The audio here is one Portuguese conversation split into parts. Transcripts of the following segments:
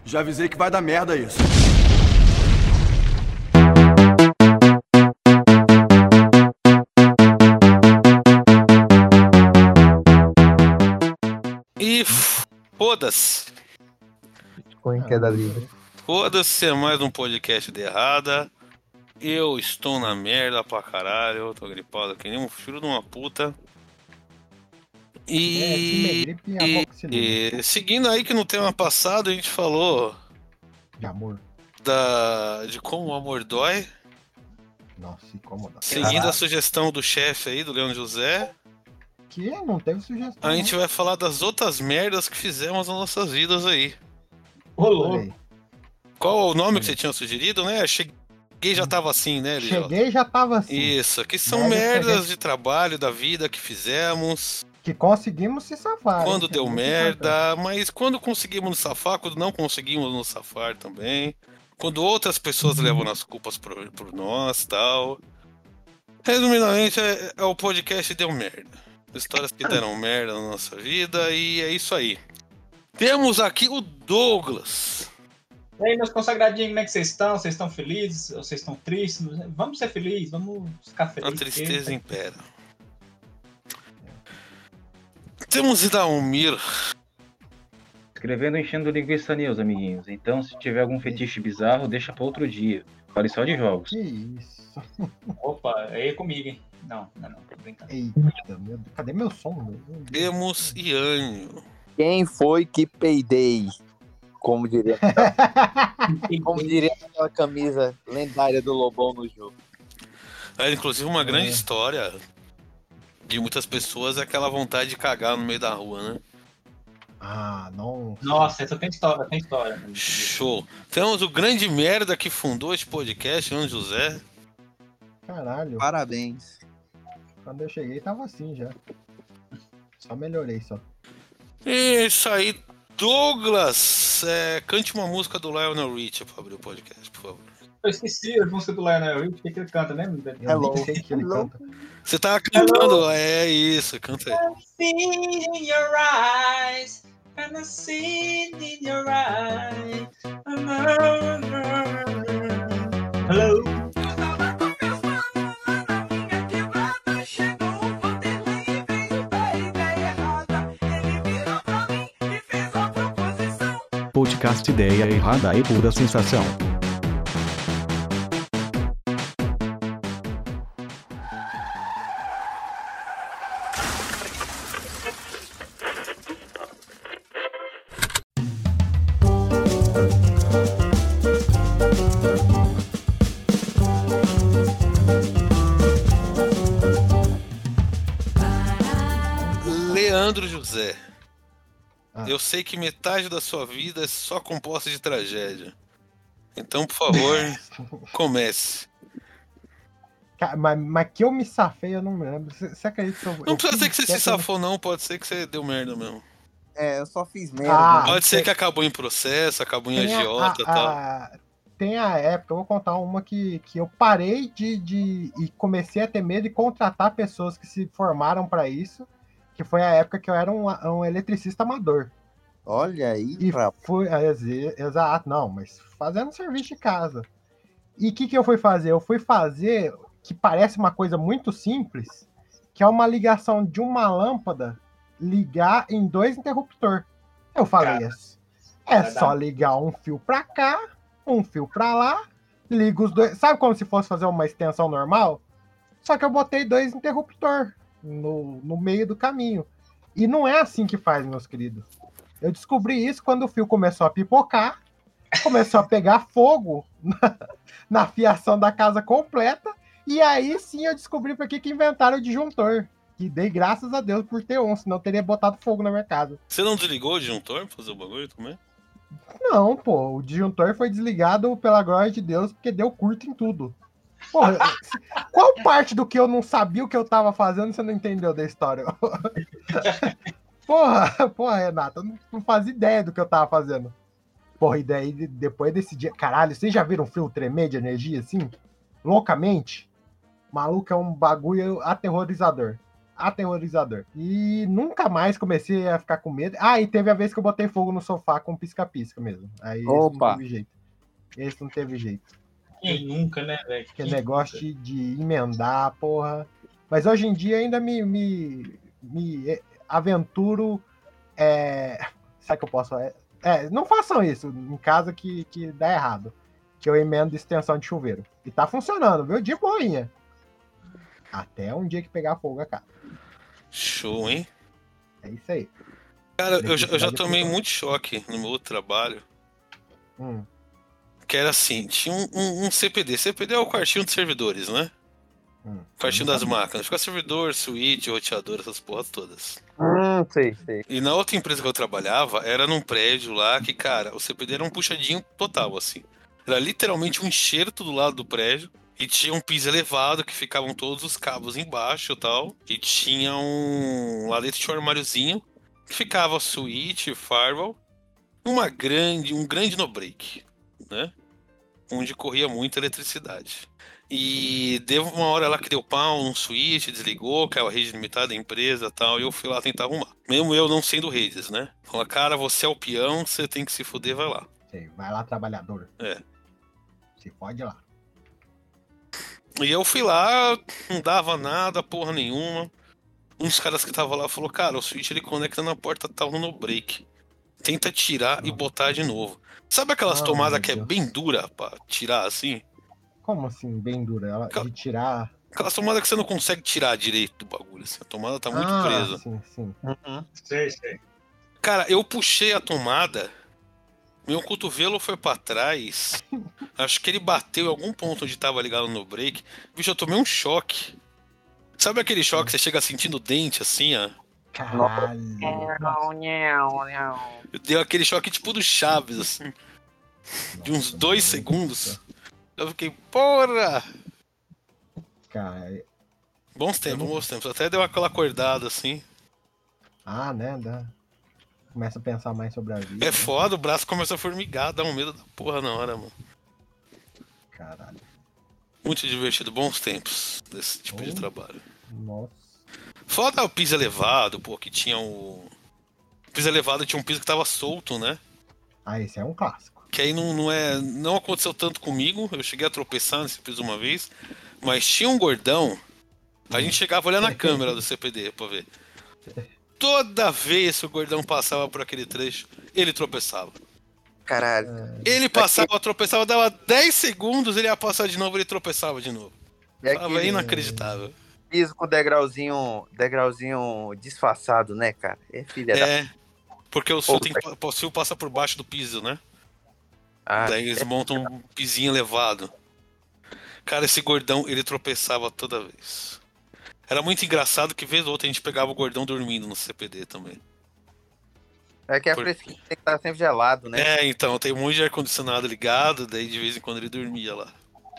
Já avisei que vai dar merda isso. E foda-se. Bitcoin queda livre. Foda-se, é mais um podcast de errada. Eu estou na merda pra caralho. Eu tô gripado que nem um filho de uma puta. E seguindo aí que no tema passado a gente falou de amor. De como o amor dói. Nossa, e como dói. Seguindo a sugestão do chefe aí, do Leandro José. Que não teve sugestão. A gente vai falar das outras merdas que fizemos nas nossas vidas aí. Rolou. Qual o nome que você tinha sugerido, né? Cheguei já tava assim, né, LJ? Cheguei já tava assim. Isso, que são merdas de trabalho, da vida que fizemos. Que conseguimos se safar. Quando deu merda, mas quando conseguimos nos safar, quando não conseguimos nos safar também. Quando outras pessoas levam as culpas por nós e tal. Resumidamente, é o podcast Deu Merda. Histórias que deram merda na nossa vida e é isso aí. Temos aqui o Douglas. E aí, meus consagradinhos, como é que vocês estão? Vocês estão felizes? Ou vocês estão tristes? Vamos ser felizes, vamos ficar felizes. A tristeza impera. Temos Idaumir. Escrevendo Enchendo Linguiça News, amiguinhos. Então, se tiver algum fetiche bizarro, deixa pra outro dia. Fale só de jogos. Que isso? Opa, aí é comigo, hein? Não, tô brincando. Eita, meu Deus. Cadê meu som? Temos Iânio. Quem foi que peidei? Como diria aquela camisa lendária do Lobão no jogo. Inclusive, uma grande história de muitas pessoas é aquela vontade de cagar no meio da rua, né? Ah, não. Nossa, essa tem história. Show. Temos o grande merda que fundou esse podcast, Leandro José. Caralho. Parabéns. Quando eu cheguei, tava assim já. Só melhorei, só. Isso aí, Douglas. Cante uma música do Lionel Richie pra abrir o podcast, por favor. Eu esqueci a música do Lionel Richie, o que ele canta, né? Eu nem sei que ele canta. Você tá cantando, é isso, canta aí. In your eyes, and I see in your eyes. Hello. Podcast Ideia Errada e Pura Sensação. Leandro José. Eu sei que metade da sua vida é só composta de tragédia. Então, por favor, comece. Mas que eu me safei, eu não me lembro. Você acredita que eu... Não precisa ser que você se safou, não. Pode ser que você deu merda mesmo. Eu só fiz merda. Pode ser que acabou em processo, acabou em agiota e tal. Tem a época, eu vou contar uma que eu parei e comecei a ter medo de contratar pessoas que se formaram pra isso. Que foi a época que eu era um eletricista amador. Olha aí, e fui, exato, não, mas fazendo serviço de casa. E o que eu fui fazer? Eu fui fazer, que parece uma coisa muito simples, que é uma ligação de uma lâmpada ligar em 2 interruptores. Eu falei, só ligar um fio pra cá, um fio pra lá, liga os 2. Sabe como se fosse fazer uma extensão normal? Só que eu botei 2 interruptores no meio do caminho. E não é assim que faz, meus queridos. Eu descobri isso quando o fio começou a pipocar, começou a pegar fogo na fiação da casa completa, e aí sim eu descobri por que inventaram o disjuntor. Que dei graças a Deus por ter um, senão eu teria botado fogo na minha casa. Você não desligou o disjuntor pra fazer o bagulho também? Não, pô, o disjuntor foi desligado pela glória de Deus, porque deu curto em tudo. Porra, qual parte do que eu não sabia o que eu tava fazendo você não entendeu da história? Porra, Renato, eu não fazia ideia do que eu tava fazendo. Porra, e daí, depois desse dia... Caralho, vocês já viram um fio tremer de energia, assim? Loucamente? Maluco, é um bagulho aterrorizador. aterrorizador. E nunca mais comecei a ficar com medo. Ah, e teve a vez que eu botei fogo no sofá com pisca-pisca mesmo. Aí esse Opa. não teve jeito. Esse não teve jeito. Quem nunca, né, velho? Que negócio de emendar, porra. Mas hoje em dia ainda me aventuro. Sabe o que eu posso fazer? Não façam isso em casa que dá errado. Que eu emendo extensão de chuveiro. E tá funcionando, viu? De boinha. Até um dia que pegar fogo a casa. Show, hein? É isso aí. Cara, eu já Eletricidade tomei funciona. muito choque no meu outro trabalho. Hum, Que era assim, tinha um CPD. CPD é o quartinho de servidores, né? Quartinho das máquinas. Fica servidor, switch, roteador, essas porras todas. Sei. E na outra empresa que eu trabalhava, era num prédio lá que, cara, o CPD era um puxadinho total, assim. Era literalmente um enxerto do lado do prédio. E tinha um piso elevado que ficavam todos os cabos embaixo e tal. E tinha lá dentro tinha um armáriozinho que ficava switch, firewall, um grande no-break, né? Onde corria muita eletricidade. E deu uma hora lá que deu pau num switch, desligou, caiu a rede limitada da empresa e tal, e eu fui lá tentar arrumar. Mesmo eu não sendo redes, né? Falei, cara, você é o peão, você tem que se fuder, vai lá. sei. Vai lá, trabalhador. Se pode lá. E eu fui lá, não dava nada, porra nenhuma. Um dos caras que tava lá falou, cara, o switch ele conecta na porta tal no break. Tenta tirar e botar de novo. Sabe aquelas tomadas meu que é Deus. bem dura pra tirar assim? Como assim, bem dura? Ela, de tirar. Aquelas tomadas que você não consegue tirar direito do bagulho, assim. A tomada tá muito presa. Sim. Sei. Cara, eu puxei a tomada, meu cotovelo foi pra trás. Acho que ele bateu em algum ponto onde tava ligado no break. Bicho, eu tomei um choque. Sabe aquele choque que você chega sentindo o dente assim, ó? Caralho. Deu aquele choque tipo do Chaves, assim. De uns 2 segundos. Eu fiquei, porra! Cara, Bons tempos. Até deu aquela acordada assim. né? Começa a pensar mais sobre a vida. É foda, o braço começa a formigar, dá um medo da porra na hora, mano. Caralho. Muito divertido, bons tempos desse tipo de trabalho. Nossa. Foda o piso elevado, pô, que tinha o piso elevado tinha um piso que tava solto, né? Ah, esse é um clássico. Que aí não aconteceu tanto comigo, eu cheguei a tropeçar nesse piso uma vez, mas tinha um gordão, a gente chegava a olhar na câmera do CPD pra ver. Toda vez que o gordão passava por aquele trecho, ele tropeçava. Caralho. Ele passava, tropeçava, dava 10 segundos, ele ia passar de novo, ele tropeçava de novo. É Tava aquele inacreditável. piso com degrauzinho disfarçado, né, cara? É filha da... É, porque o fio passa por baixo do piso, né? Ah, Daí eles montam um pisinho elevado. Cara, esse gordão, ele tropeçava toda vez. Era muito engraçado que vez ou outra a gente pegava o gordão dormindo no CPD também. é que a fresquinha tem que estar sempre gelado, né? Então, tem um monte de ar-condicionado ligado, daí de vez em quando ele dormia lá.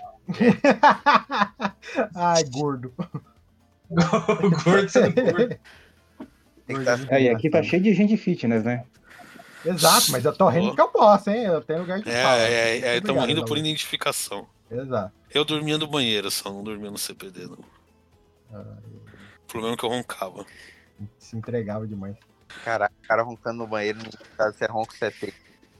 Ai, gordo. O gordo sendo gordo. Tem que estar E aqui tá cheio de gente fitness, né? Exato, mas eu tô rindo que eu posso, hein? Eu tenho lugar de fala. Estamos rindo Obrigado, por Dabu. identificação. Exato. Eu dormia no banheiro, só não dormia no CPD, não. O problema é que eu roncava. Se entregava demais. Caraca, o cara roncando no banheiro, no caso, você ronca, você tem.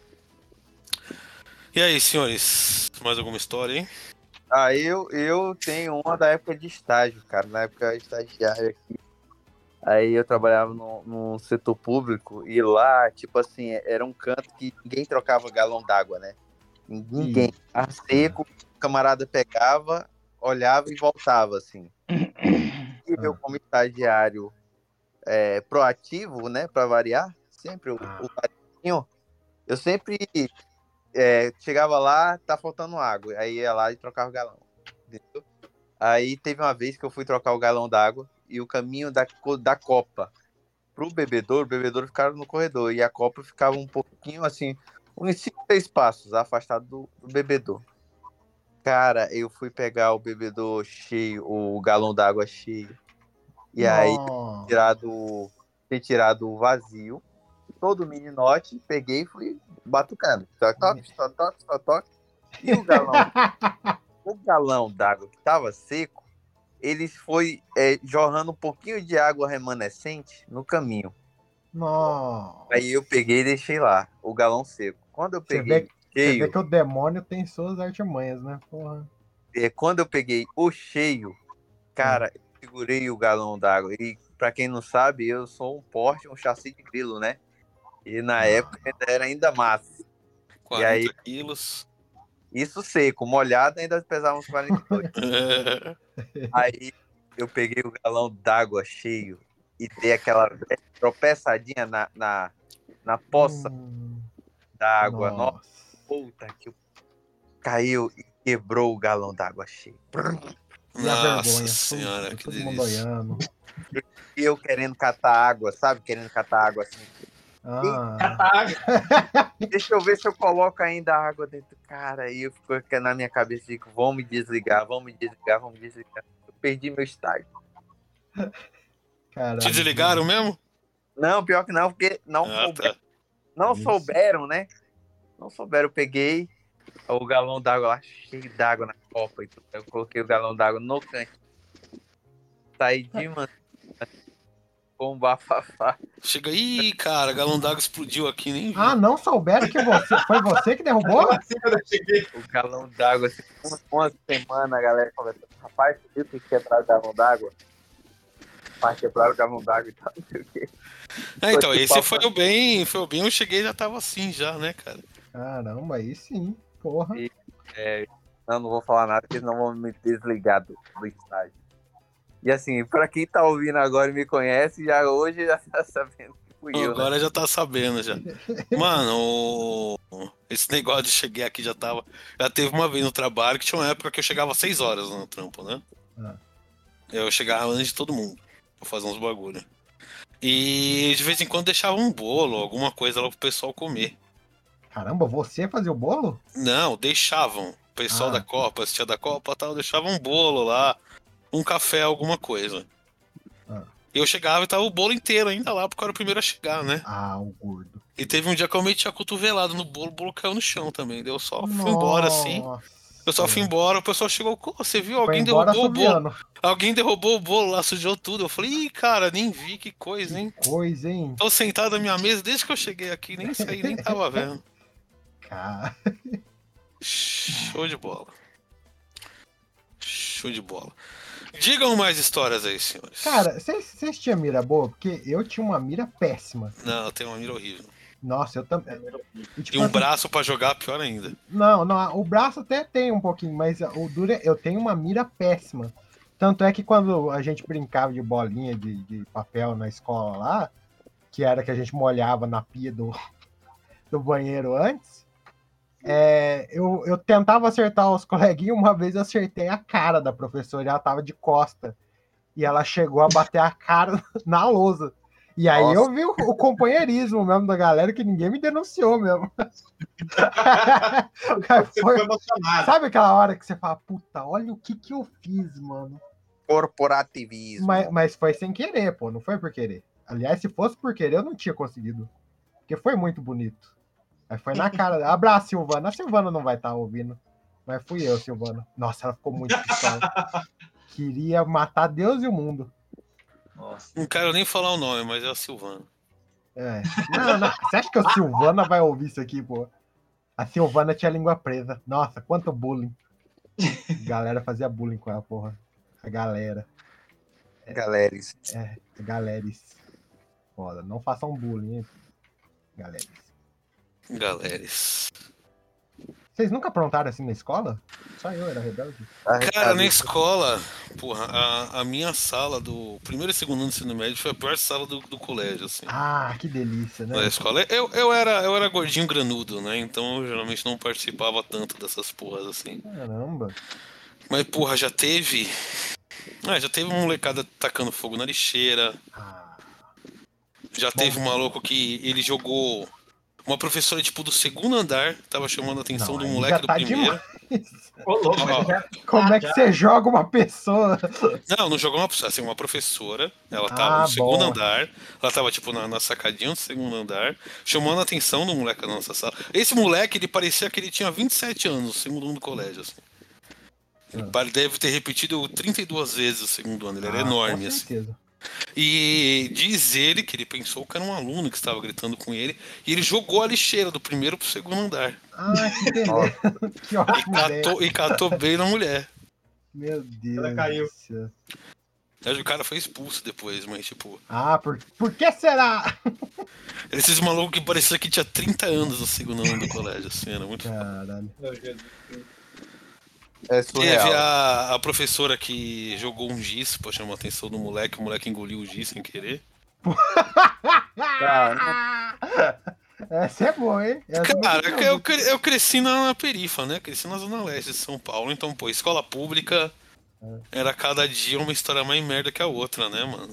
E aí, senhores? Mais alguma história, hein? Ah, eu tenho uma da época de estágio, cara. Na época estagiário aqui. Aí eu trabalhava no setor público e lá, tipo assim, era um canto que ninguém trocava galão d'água, né? Ninguém. Ar seco, o camarada pegava, olhava e voltava, assim. E eu, como estagiário proativo, né, pra variar, sempre o varinho, eu sempre chegava lá, tá faltando água. Aí ia lá e trocava o galão. Entendeu? Aí teve uma vez que eu fui trocar o galão d'água e o caminho da copa pro bebedouro, o bebedouro ficava no corredor e a copa ficava um pouquinho assim, uns 5, 6 passos afastado do bebedouro. Cara, eu fui pegar o bebedouro cheio, o galão d'água cheio. E aí, ter tirado o vazio, todo o mininote, peguei e fui batucando. Só toque. E o galão d'água que tava seco, ele foi jorrando um pouquinho de água remanescente no caminho. Nossa. Aí eu peguei e deixei lá, o galão seco. Quando eu Você peguei vê cheio, que o demônio tem suas artimanhas, né? Porra. quando eu peguei o cheio, cara, eu segurei o galão d'água. E pra quem não sabe, eu sou um Porsche, um chassi de grilo, né? E na época era ainda massa. 40 aí- quilos. Isso seco, molhado ainda pesava uns 42. Aí eu peguei o galão d'água cheio e dei aquela tropeçadinha na poça da água. Nossa, puta que caiu e quebrou o galão d'água cheio. E a Nossa vergonha. senhora, que todo mundo delícia. olhando. E eu querendo catar água, sabe? Querendo catar água assim. Deixa eu ver se eu coloco ainda a água dentro. Cara, aí eu fico na minha cabeça, digo, vão me desligar. Eu perdi meu estágio. Caralho, Te desligaram mesmo? Não, pior que não, porque Tá. não Isso. souberam, né? Não souberam. Eu peguei o galão d'água lá, cheio d'água na copa. Então eu coloquei o galão d'água no canto. Saí de manhã com um bafafá. Chega aí, cara, galão d'água explodiu aqui, nem vi. não souberam que foi você que derrubou? Assim, quando eu cheguei. O galão d'água, assim, uma semana a galera conversando. Rapaz, você viu que quebraram o galão d'água? Rapaz, quebraram o galão d'água e tal, não sei o quê. Então, esse foi o bem, eu cheguei e já tava assim já, né, cara? Caramba, aí sim. Porra. Não vou falar nada, porque senão vão me desligar do estágio. E assim, pra quem tá ouvindo agora e me conhece, hoje já tá sabendo que fui eu, Agora né? já tá sabendo já. Mano, esse negócio de chegar aqui já teve uma vez no trabalho que tinha uma época que eu chegava às 6 horas no trampo, né? Eu chegava antes de todo mundo pra fazer uns bagulho. E de vez em quando deixava um bolo, alguma coisa lá pro pessoal comer. Caramba, você fazia o bolo? Não, deixavam. O pessoal da Copa, assistia da Copa e tal, deixava um bolo lá, um café, alguma coisa. E eu chegava e tava o bolo inteiro ainda lá, porque eu era o primeiro a chegar, né? O gordo. E teve um dia que eu meti a cotovelada no bolo, o bolo caiu no chão também. Daí eu só fui embora assim. Eu só fui embora, o pessoal chegou, você viu? Alguém derrubou o bolo. Alguém derrubou o bolo lá, sujou tudo. Eu falei, ih, cara, nem vi, que coisa, hein? Coisa, hein? Tô sentado na minha mesa desde que eu cheguei aqui, nem saí, nem tava vendo. Cara. Show de bola. Show de bola. Digam mais histórias aí, senhores. Cara, vocês tinham mira boa? Porque eu tinha uma mira péssima. Não, eu tenho uma mira horrível. Nossa, eu também. E um braço pra jogar, pior ainda. Não, o braço até tem um pouquinho, mas o duro eu tenho uma mira péssima. Tanto é que quando a gente brincava de bolinha de papel na escola lá, que era que a gente molhava na pia do banheiro antes, eu tentava acertar os coleguinhas. Uma vez eu acertei a cara da professora, ela tava de costa. E ela chegou a bater a cara na lousa. E aí eu vi o companheirismo mesmo da galera, que ninguém me denunciou mesmo. Foi emocionado. Sabe aquela hora que você fala, puta, olha o que eu fiz, mano. Corporativismo. Mas foi sem querer, pô, não foi por querer. Aliás, se fosse por querer, eu não tinha conseguido. Porque foi muito bonito. Aí foi na cara. Abraço, Silvana. A Silvana não vai estar ouvindo. Mas fui eu, Silvana. Nossa, ela ficou muito pistola. Queria matar Deus e o mundo. Nossa. Não quero nem falar o nome, mas é a Silvana. Não. Você acha que a Silvana vai ouvir isso aqui, pô? A Silvana tinha a língua presa. Nossa, quanto bullying. A galera fazia bullying com ela, porra. A galera. Galeres. Galeres. Foda, não façam bullying, hein? Galeres. Vocês nunca aprontaram assim na escola? Só eu era rebelde. Cara, na escola, porra, a minha sala do primeiro e segundo ano do ensino médio foi a pior sala do colégio, assim. Que delícia, né? Na escola. Eu era gordinho granudo, né? Então eu geralmente não participava tanto dessas porras, assim. Caramba. Mas, porra, já teve uma molecada tacando fogo na lixeira. Já teve um maluco que ele jogou. Uma professora, tipo, do segundo andar, tava chamando a atenção do moleque do primeiro. Ô, louco, Como é que você joga uma pessoa? Não jogou uma pessoa, assim, uma professora. Ela tava no segundo andar. Ela tava, tipo, na sacadinha do segundo andar, chamando a atenção do moleque da nossa sala. Esse moleque, ele parecia que ele tinha 27 anos, segundo ano do colégio, assim. Ele deve ter repetido 32 vezes o segundo ano, ele era enorme, com assim. certeza. E diz ele que ele pensou que era um aluno que estava gritando com ele, e ele jogou a lixeira do primeiro pro segundo andar. Que beleza. Que ótima ideia. E catou bem na mulher. Meu Deus Ela caiu. do céu. Aí o cara foi expulso depois, mas tipo... Por que será? Esses malucos que parecia que tinha 30 anos no segundo ano do colégio, assim, era muito... Caralho. É Teve surreal. a professora que jogou um giz pra chamar a atenção do moleque, o moleque engoliu o giz sem querer. Essa é boa, hein? Essa é muito Cara, boa. eu cresci na perifa, né? Cresci na Zona Leste de São Paulo, então, pô, escola pública era cada dia uma história mais merda que a outra, né, mano?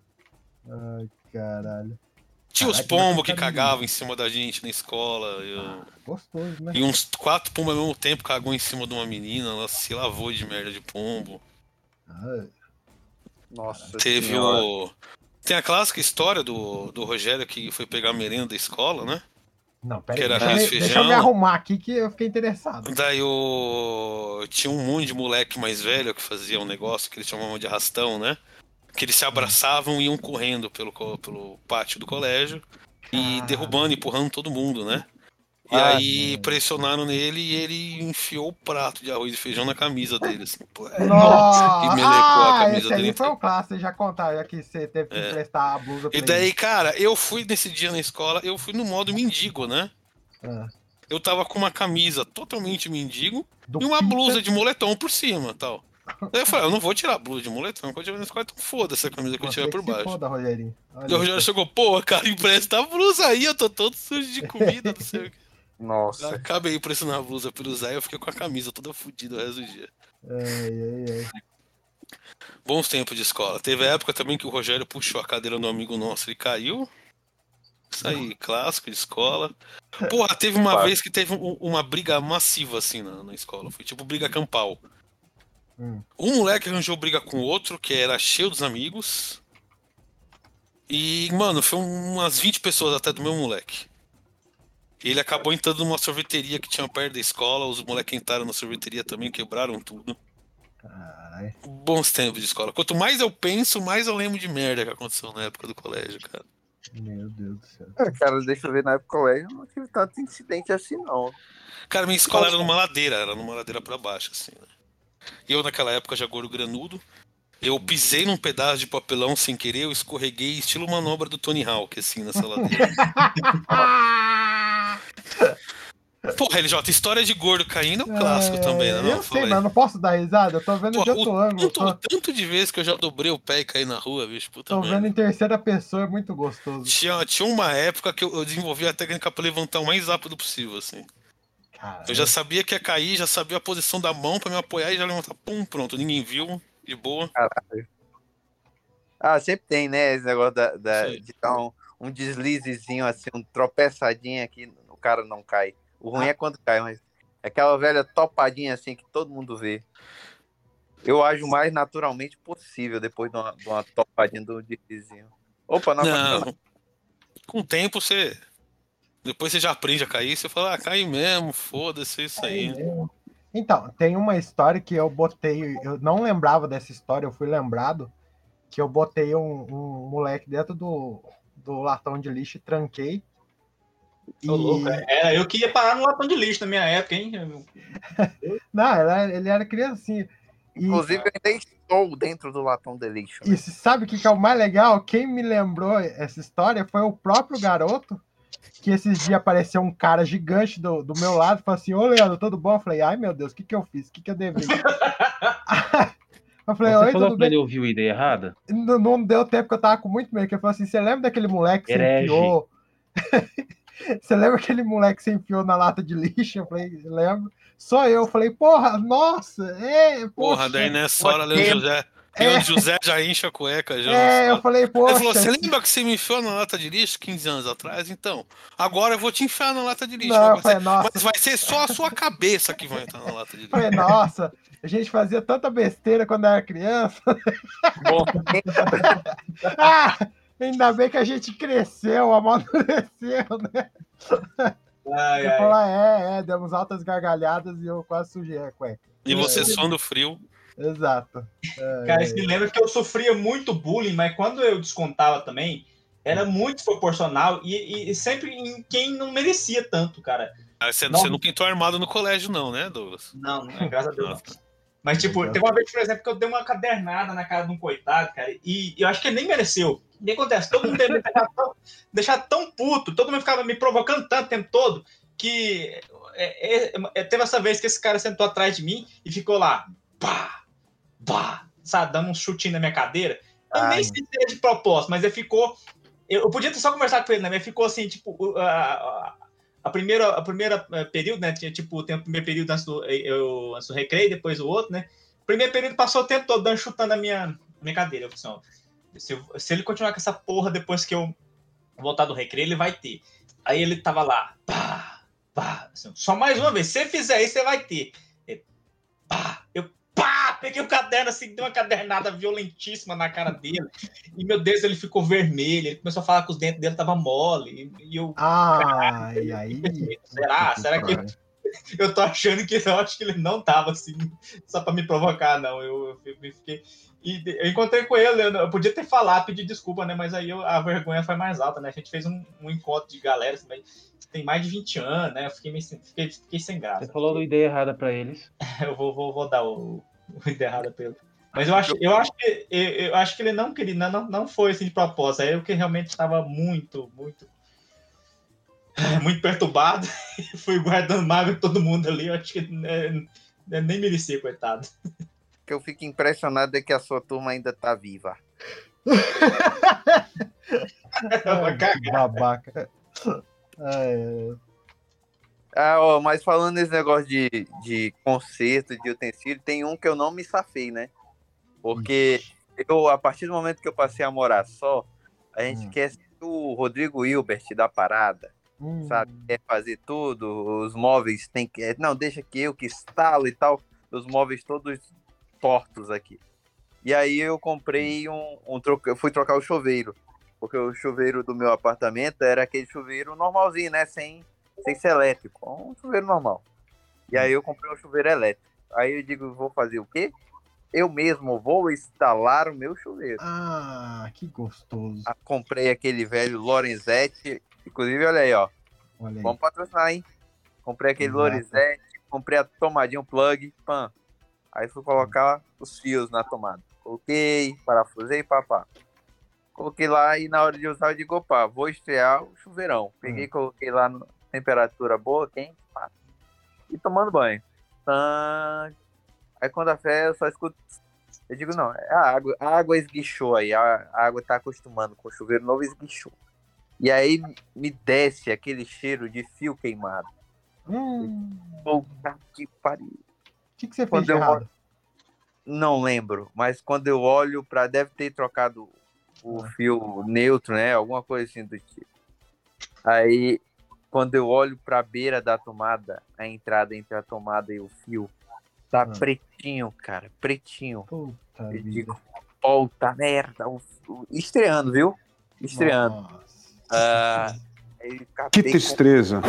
Ai, caralho. Tinha os Caraca, pombos que mas cagavam em cima da gente na escola. Gostoso, né? E uns 4 pombos ao mesmo tempo cagou em cima de uma menina, ela se lavou de merda de pombo. Ai, Nossa Teve senhora. Tem a clássica história do Rogério que foi pegar a merenda da escola, né? Não, Que peraí. era Deixa, arroz e deixa eu feijão. me arrumar aqui que eu fiquei interessado. Daí tinha um monte de moleque mais velho que fazia um negócio que eles chamavam de arrastão, né? Que eles se abraçavam e iam correndo pelo pátio do colégio e derrubando, empurrando todo mundo, né? E aí pressionaram nele e ele enfiou o prato de arroz e feijão na camisa dele, assim, pô. Nossa! E melecou a camisa esse aí dele foi inteira. um clássico, já contaram, já que você teve que emprestar a blusa pra E daí, cara, eu fui nesse dia na escola, eu fui no modo mendigo, né? Eu tava com uma camisa totalmente mendigo Do e uma Pita. blusa de moletom por cima, tal. Daí eu falei, eu não vou tirar a blusa de moletom, quando eu tiver na escola, então foda-se a camisa que eu tiver por baixo. Foda, Rogerinho. E o Rogério chegou, pô, cara, empresta a blusa aí, eu tô todo sujo de comida, não sei o que. Nossa. Acabei emprestando a blusa pra ele usar e eu fiquei com a camisa toda fodida o resto do dia. Ai. Bons tempos de escola. Teve a época também que o Rogério puxou a cadeira do amigo nosso e caiu. Isso aí, clássico de escola. Porra, teve uma vez que teve uma briga massiva assim na escola. Foi tipo briga campal. Um moleque arranjou briga com o outro, que era cheio dos amigos. E, mano, foi umas 20 pessoas até do meu moleque. Ele acabou entrando numa sorveteria que tinha perto da escola. Os moleques entraram na sorveteria também, quebraram tudo. Caralho. Bons tempos de escola. Quanto mais eu penso, mais eu lembro de merda que aconteceu na época do colégio, cara. Meu Deus do céu. Cara, deixa eu ver, na época do colégio não tive tanto incidente assim, não. Cara, minha escola era numa ladeira pra baixo, assim, né? E eu naquela época já gordo granudo. Eu pisei num pedaço de papelão sem querer, eu escorreguei, estilo manobra do Tony Hawk, assim, nessa ladeira. Porra, LJ, história de gordo caindo é um clássico também, né? Não, Eu sei, mas não posso dar risada. Eu tô vendo de outro ângulo. O tanto de vezes que eu já dobrei o pé e caí na rua, bicho, puta Tô merda. vendo em terceira pessoa, é muito gostoso. Tinha uma época que eu desenvolvi a técnica pra levantar o mais rápido possível, assim. Caralho. Eu já sabia que ia cair, já sabia a posição da mão pra me apoiar e já levantar. Pum, pronto, ninguém viu, de boa. Caralho. Sempre tem, né? Esse negócio de dar um deslizezinho, assim, um tropeçadinho aqui, o cara não cai. O ruim é quando cai, mas é aquela velha topadinha assim que todo mundo vê. Eu ajo o mais naturalmente possível depois de uma topadinha do deslizinho. Opa, não. Com o tempo você. Depois você já aprende a cair, você fala, cai mesmo, foda-se, isso aí. Então, tem uma história que eu botei, eu não lembrava dessa história, eu fui lembrado, que eu botei um moleque dentro do latão de lixo e tranquei. Eu que ia parar no latão de lixo na minha época, hein? Não, ele era criancinha. Inclusive, eu ainda estou dentro do latão de lixo. Né? E sabe o que é o mais legal? Quem me lembrou essa história foi o próprio garoto, que esses dias apareceu um cara gigante do meu lado e falou assim, ô Leandro, tudo bom? Eu falei, ai meu Deus, o que eu fiz? O que eu deveria? Eu falei, você falou pra ele ouvir a ideia errada? Não deu tempo que eu tava com muito medo, que ele falou assim, você lembra daquele moleque que você enfiou? Você lembra aquele moleque que você enfiou na lata de lixo? Eu falei, lembro. Só eu falei, porra, nossa, porra, daí nessa hora, Leandro José já enche a cueca. Já eu falei, poxa. Ele falou, você lembra que você me enfiou na lata de lixo 15 anos atrás? Então, agora eu vou te enfiar na lata de lixo. Não, mas vai ser só a sua cabeça que vai entrar na lata de lixo. Falei, nossa, a gente fazia tanta besteira quando era criança. Ainda bem que a gente cresceu, amadureceu, né? Ai, Eu ai. falar, demos altas gargalhadas e eu quase sujei a cueca. E você suando frio. Exato. Cara, isso me lembra que eu sofria muito bullying, mas quando eu descontava também, era muito proporcional e sempre em quem não merecia tanto, cara. Você Não. nunca entrou armado no colégio, não, né, Douglas? Não, graças a Deus não. Nossa. Mas, tipo, teve uma vez, por exemplo, que eu dei uma cadernada na cara de um coitado, cara, e eu acho que ele nem mereceu. O que acontece? Todo mundo ia me deixar tão puto, todo mundo ficava me provocando tanto o tempo todo, que teve essa vez que esse cara sentou atrás de mim e ficou lá, pá, sabe, dando um chutinho na minha cadeira. Eu nem sei se era de propósito, mas ele ficou... Eu podia ter só conversado com ele, né? Mas ficou assim, tipo... A primeira período, né? Tipo, tem o primeiro período antes do recreio, depois o outro, né? O primeiro período passou o tempo todo chutando a minha cadeira. Eu falei assim, ó, se ele continuar com essa porra depois que eu voltar do recreio, ele vai ter. Aí ele tava lá, assim, só mais uma vez, se você fizer isso, você vai ter. Eu peguei o caderno assim, dei uma cadernada violentíssima na cara dele. E, meu Deus, ele ficou vermelho. Ele começou a falar que os dentes dele estavam mole. E eu... aí... Será que... Eu tô achando que... Eu acho que ele não tava assim, só pra me provocar, não. Eu fiquei... E eu encontrei com ele, eu podia ter falado, pedir desculpa, né? Mas aí a vergonha foi mais alta, né? A gente fez um encontro de galera, assim, tem mais de 20 anos, né? Eu fiquei sem graça. Você falou da ideia errada pra eles. Eu vou dar o ideia errada pra ele. Mas eu acho que ele não queria, não foi assim de propósito. Aí eu que realmente estava muito perturbado e fui guardando mágoa de todo mundo ali. Eu acho que nem merecia, coitado. O que eu fico impressionado é que a sua turma ainda tá viva. Que babaca. Mas falando nesse negócio de conserto, de utensílio, tem um que eu não me safei, né? Porque a partir do momento que eu passei a morar só, a gente quer ser o Rodrigo Hilbert da parada, sabe? Quer fazer tudo, os móveis tem que... Não, deixa que eu que instalo e tal, os móveis todos tortos aqui. E aí eu comprei eu fui trocar o chuveiro, porque o chuveiro do meu apartamento era aquele chuveiro normalzinho, né? Sem ser elétrico, um chuveiro normal. E aí eu comprei um chuveiro elétrico. Aí eu digo, vou fazer o quê? Eu mesmo vou instalar o meu chuveiro. Que gostoso. Comprei aquele velho Lorenzetti. Inclusive, olha aí, ó. Vamos patrocinar, hein? Comprei aquele Lorenzetti, comprei a tomadinha, um plug, pam. Aí fui colocar os fios na tomada. Coloquei, parafusei, papá. Coloquei lá e na hora de usar eu digo, opa, vou estrear o chuveirão. Peguei, coloquei lá na temperatura boa, quente, pá. E tomando banho. Aí quando a fé eu só escuto... Eu digo, não, a água esguichou aí. A água tá acostumando com o chuveiro novo, esguichou. E aí me desce aquele cheiro de fio queimado. Puta que pariu. O que você fez de errado? Não lembro, mas quando eu olho deve ter trocado o fio neutro, né? Alguma coisa assim do tipo. Aí, quando eu olho pra beira da tomada, a entrada entre a tomada e o fio, tá pretinho, cara, pretinho. Puta eu vida. digo, puta merda. Estreando, viu? Estreando. Que tristeza.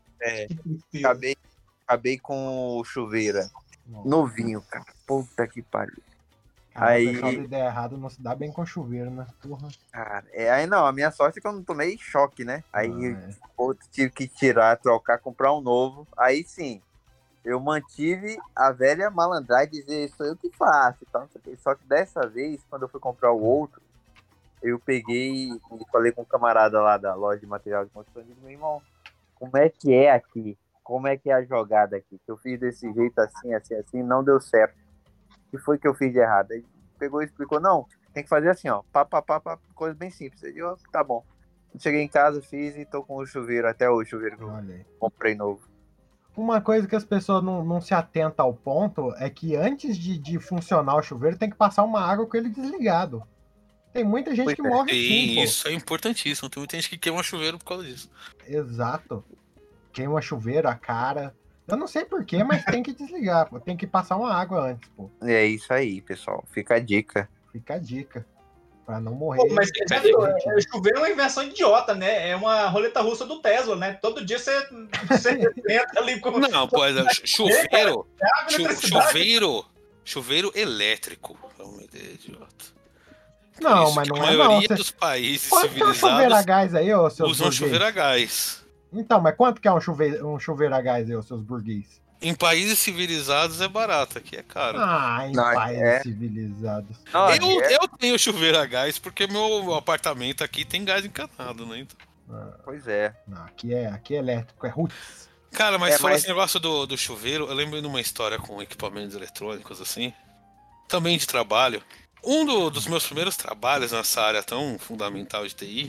Acabei com o chuveiro. Novinho, cara. Puta que pariu. Aí... O pessoal da ideia errada não se dá bem com chuveiro, né? Porra. Cara, aí não, a minha sorte é que eu não tomei choque, né? Aí eu tive que tirar, trocar, comprar um novo. Aí sim, eu mantive a velha malandragem de dizer, sou eu que faço e tal. Só que dessa vez, quando eu fui comprar o outro, eu peguei e falei com um camarada lá da loja de material de construção e disse, meu irmão, como é que é aqui? Como é que é a jogada aqui? Que eu fiz desse jeito assim, não deu certo. O que foi que eu fiz de errado? Aí pegou e explicou, não, tem que fazer assim, ó, coisa bem simples. Eu digo, tá bom. Cheguei em casa, fiz e tô com o chuveiro, até hoje o chuveiro que eu comprei novo. Uma coisa que as pessoas não se atentam ao ponto é que antes de funcionar o chuveiro tem que passar uma água com ele desligado. Tem muita gente que morre assim, isso é importantíssimo. Tem muita gente que queima chuveiro por causa disso. Exato. Queima chuveiro, a cara. Eu não sei porquê, mas tem que desligar, pô. Tem que passar uma água antes, pô. É isso aí, pessoal. Fica a dica. Fica a dica. Pra não morrer. Pô, mas já viu, chuveiro é uma invenção idiota, né? É uma roleta russa do Tesla, né? Todo dia você entra ali com... Não, pô, chuveiro elétrico. É uma ideia idiota. Não, Isso mas que não a é maioria não. dos países Quanto que é um chuveiro a civilizados gás aí, ô seus usam burguês? chuveiro a gás. Então, mas quanto que é um chuveiro a gás aí, ô seus burguês? Em países civilizados é barato, aqui é caro. Ah, em Não, países civilizados. Não, Eu tenho chuveiro a gás porque meu apartamento aqui tem gás encanado, né? Então... Pois é. Não, aqui é elétrico, é roots. Cara, mas fala mas- esse negócio do chuveiro, eu lembro de uma história com equipamentos eletrônicos assim, também de trabalho. Dos meus primeiros trabalhos nessa área tão fundamental de TI,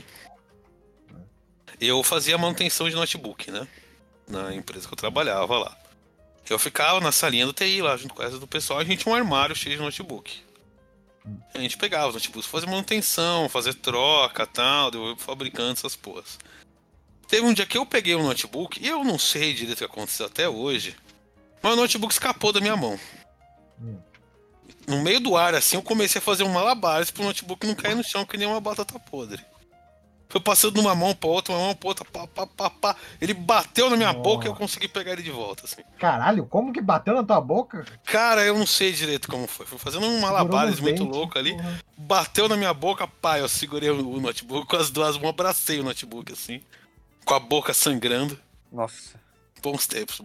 eu fazia manutenção de notebook, né? Na empresa que eu trabalhava lá. Eu ficava na salinha do TI lá, junto com essa do pessoal, a gente tinha um armário cheio de notebook. A gente pegava os notebooks, fazer manutenção, fazer troca e tal, devolver pro fabricante, essas porras. Teve um dia que eu peguei um notebook, e eu não sei direito o que aconteceu até hoje, mas o notebook escapou da minha mão. No meio do ar, assim, eu comecei a fazer um malabares pro notebook não cair no chão que nem uma batata podre. Foi passando de uma mão pra outra, pá. Ele bateu na minha boca e eu consegui pegar ele de volta, assim. Caralho, como que bateu na tua boca? Cara, eu não sei direito como foi. Foi fazendo um malabares Segurou nos muito dentes, louco ali. porra. Bateu na minha boca, pá, eu segurei o notebook com as duas mãos, abracei o notebook, assim. Com a boca sangrando. Nossa. Bons tempos.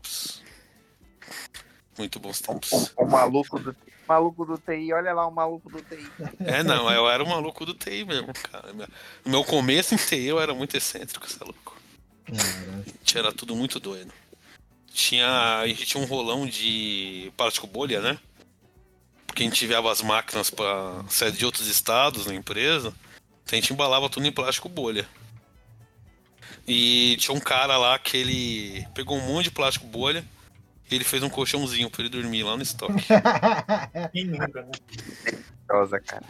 Muito bons tempos. O maluco do TI, olha lá o maluco do TI. Não, eu era um maluco do TI mesmo, cara. No meu começo em TI eu era muito excêntrico, você é louco. Era tudo muito doido. A gente tinha um rolão de plástico bolha, né? Porque a gente enviava as máquinas pra sede de outros estados na empresa. Então a gente embalava tudo em plástico bolha. E tinha um cara lá que ele pegou um monte de plástico bolha e ele fez um colchãozinho pra ele dormir lá no estoque. Quem nunca, né? Rosa, cara.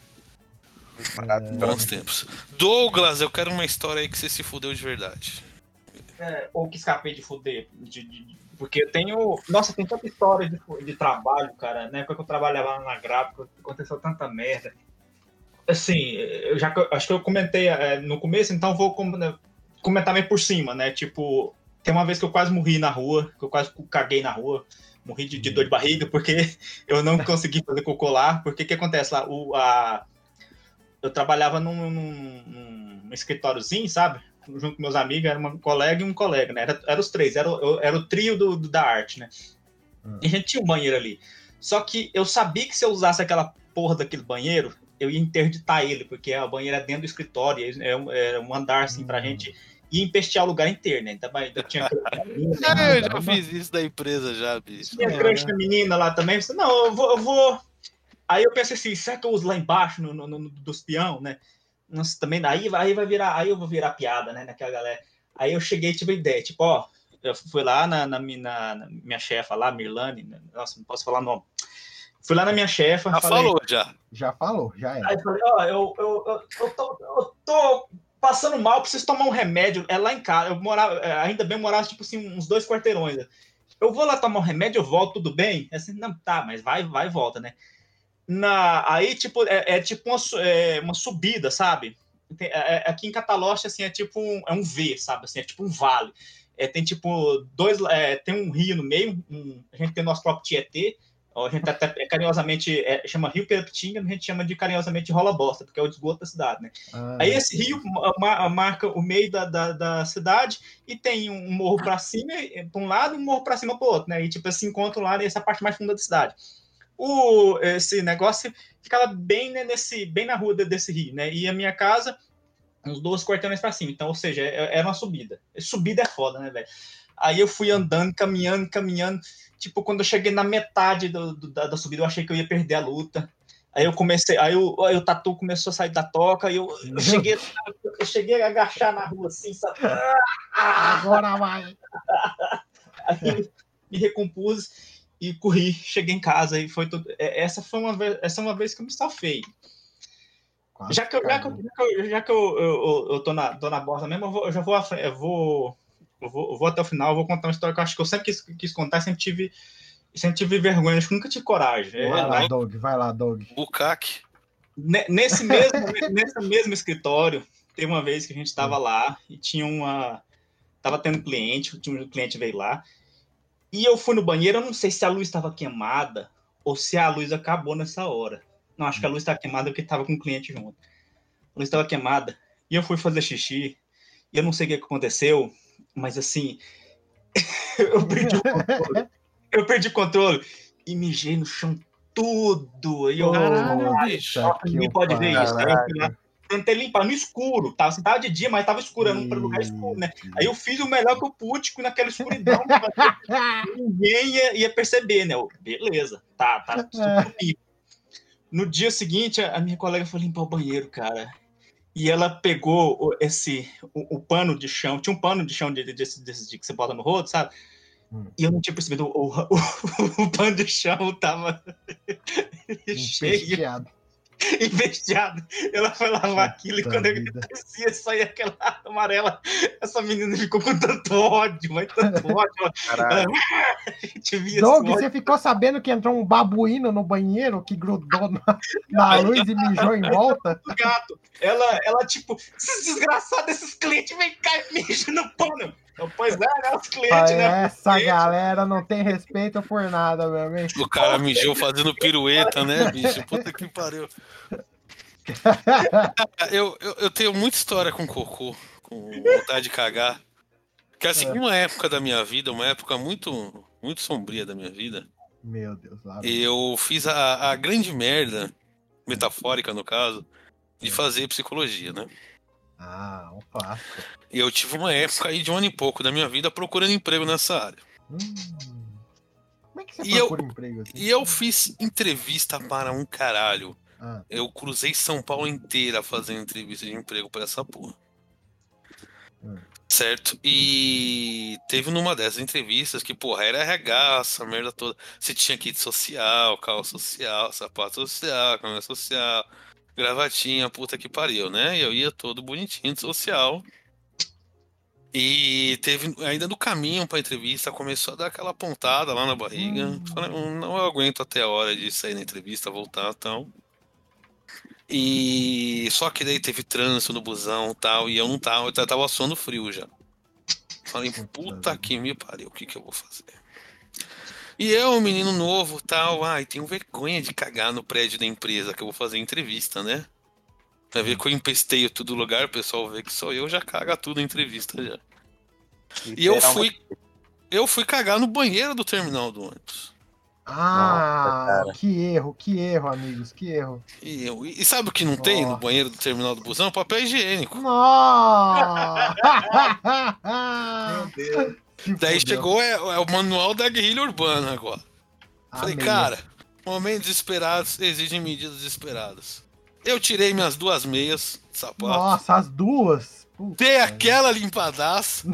Bons tempos. Douglas, eu quero uma história aí que você se fudeu de verdade. Ou que escapei de fuder. Porque eu tenho... Nossa, tem tanta história de trabalho, cara. Na época que eu trabalhava na gráfica, aconteceu tanta merda. Assim, acho que eu comentei no começo, então vou comentar meio por cima, né? Tipo, tem uma vez que eu quase morri na rua, que eu quase caguei na rua. Morri de dor de barriga, porque eu não consegui fazer cocô lá. Porque o que acontece lá? Eu trabalhava num escritóriozinho, sabe? Junto com meus amigos, era uma colega e um colega, né? Era os três, era o trio da arte, né? E a gente tinha um banheiro ali. Só que eu sabia que se eu usasse aquela porra daquele banheiro, eu ia interditar ele, porque a banheira é dentro do escritório, é um andar, assim, pra gente ia empestear o lugar inteiro, né? Então, eu tinha... Eu já fiz isso da empresa já, bicho. Tinha crush na menina lá também. Eu disse, não, eu vou... Aí eu pensei assim, será que eu uso lá embaixo, no dos peão, né? Nossa, também aí vai virar, aí eu vou virar piada, né, naquela galera. Aí eu cheguei, tive a ideia, tipo, ó, eu fui lá na minha chefa lá, Mirlane, nossa, não posso falar o nome. Fui lá na minha chefa. Falou, já. Já falou, já é. Aí eu falei, ó, eu tô passando mal, preciso tomar um remédio. É lá em casa, eu morava, ainda bem, eu morava, tipo assim, uns 2 quarteirões. Eu vou lá tomar um remédio, eu volto, tudo bem? Assim, não, tá, mas vai e volta, né? Aí, tipo, tipo uma subida, sabe? Aqui em Cataloche, assim, é tipo um V, sabe? Assim, é tipo um vale. Tem, tipo, tem um rio no meio, a gente tem o nosso próprio Tietê, a gente até carinhosamente chama Rio Pirapitinga, a gente chama de carinhosamente Rola Bosta, porque é o esgoto da cidade, né? Aí esse rio marca o meio da cidade e tem um morro para cima, para um lado, e um morro para cima para o outro, né? E, tipo, se encontram lá nessa parte mais funda da cidade. Esse negócio ficava bem, né, bem na rua desse rio, né? E a minha casa, uns 2 quarteirões para cima. Então, ou seja, era uma subida. Subida é foda, né, velho? Aí eu fui andando, caminhando. Tipo, quando eu cheguei na metade da subida, eu achei que eu ia perder a luta. Aí eu comecei, aí o tatu começou a sair da toca, e eu cheguei a agachar na rua assim, sabe? Agora vai! Aí me recompus e corri, cheguei em casa e foi tudo. Essa é uma vez que eu me safei. Já que eu tô na bosta mesmo, eu vou até o final, eu vou contar uma história que eu acho que eu sempre quis contar, sempre tive vergonha, acho que nunca tive coragem. Vai lá, Doug. Bucaque. Nesse mesmo escritório, teve uma vez que a gente estava lá e tava tendo cliente, um cliente veio lá, e eu fui no banheiro, eu não sei se a luz estava queimada ou se a luz acabou nessa hora. Não, acho que a luz estava queimada porque estava com o cliente junto. A luz estava queimada e eu fui fazer xixi e eu não sei o que aconteceu, mas assim, eu perdi o controle e mijei no chão tudo. E eu, bicho. ninguém pode ver isso. Aí eu fui lá, tentei limpar no escuro, tava, assim, tava de dia, mas tava escuro, era um lugar escuro, né? Aí eu fiz o melhor que eu pude naquela escuridão, ninguém ia perceber, né? Beleza, tá tudo limpo. No dia seguinte, a minha colega foi limpar o banheiro, cara. E ela pegou o pano de chão, tinha um pano de chão desse que você bota no rodo, sabe? E eu não tinha percebido, o pano de chão tava cheio, empesteado. Ela foi lavar aquilo e quando eu descia, saía aquela amarela. Essa menina ficou com tanto ódio, mas tanto ódio. Caralho. Doug, você ficou sabendo que entrou um babuíno no banheiro que grudou na luz e mijou em volta? O gato. Ela tipo, esses desgraçados, esses clientes, vem cá e mijam no pano. Pois é, né? Os clientes, né? Essa galera não tem respeito por nada, meu amigo. O cara mijou fazendo pirueta, né, bicho? Puta que pariu. Eu tenho muita história com cocô, com vontade de cagar. Porque assim, uma época da minha vida, uma época muito, muito sombria da minha vida, meu Deus, lá. Eu fiz a grande merda, metafórica no caso, de fazer psicologia, né? Um clássico. E eu tive uma época aí de 1 ano e pouco da minha vida procurando emprego nessa área. Como é que você procura emprego assim? E eu fiz entrevista para um caralho. Eu cruzei São Paulo inteira fazendo entrevista de emprego para essa porra. Certo? E teve numa dessas entrevistas que, porra, era RH, essa merda toda. Você tinha kit social, carro social, sapato social, câmera social, gravatinha, puta que pariu, né? E eu ia todo bonitinho de social. E teve, ainda no caminho pra entrevista, começou a dar aquela pontada lá na barriga. Falei, não aguento até a hora de sair na entrevista, voltar e tal. E só que daí teve trânsito no busão e tal, e eu não tava, eu tava suando frio já. Falei, puta que me pariu, o que eu vou fazer? E eu, um menino novo tal, tenho vergonha de cagar no prédio da empresa que eu vou fazer entrevista, né? Pra ver que eu empesteio todo lugar, o pessoal vê que sou eu, já caga tudo a entrevista já. E eu fui cagar no banheiro do terminal do ônibus. Nossa, que erro, amigos, que erro. E sabe o que não tem no banheiro do terminal do busão? Papel higiênico. Nossa! Meu Deus. Daí chegou o manual da guerrilha urbana agora. Falei, cara, momentos desesperados exigem medidas desesperadas. Eu tirei minhas 2 meias de sapato. Nossa, as 2? Dei aquela limpadaça.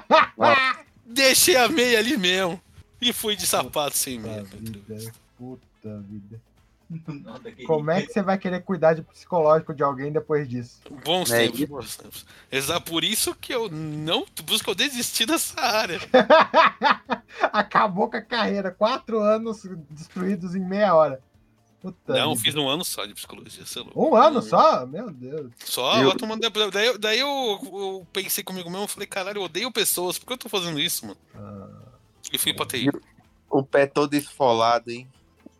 Deixei a meia ali mesmo. E fui de sapato sem meia. Puta vida. Como é que você vai querer cuidar de psicológico de alguém depois disso? Bons tempos. Exato, por isso que eu eu desisti dessa área. Acabou com a carreira. 4 anos destruídos em meia hora. Puta não, vida. fiz 1 ano só de psicologia, sei lá. 1 ano só? Meu Deus. Só tomando. Daí eu pensei comigo mesmo, falei, caralho, eu odeio pessoas, por que eu tô fazendo isso, mano? E fui pra TI. O pé todo esfolado, hein?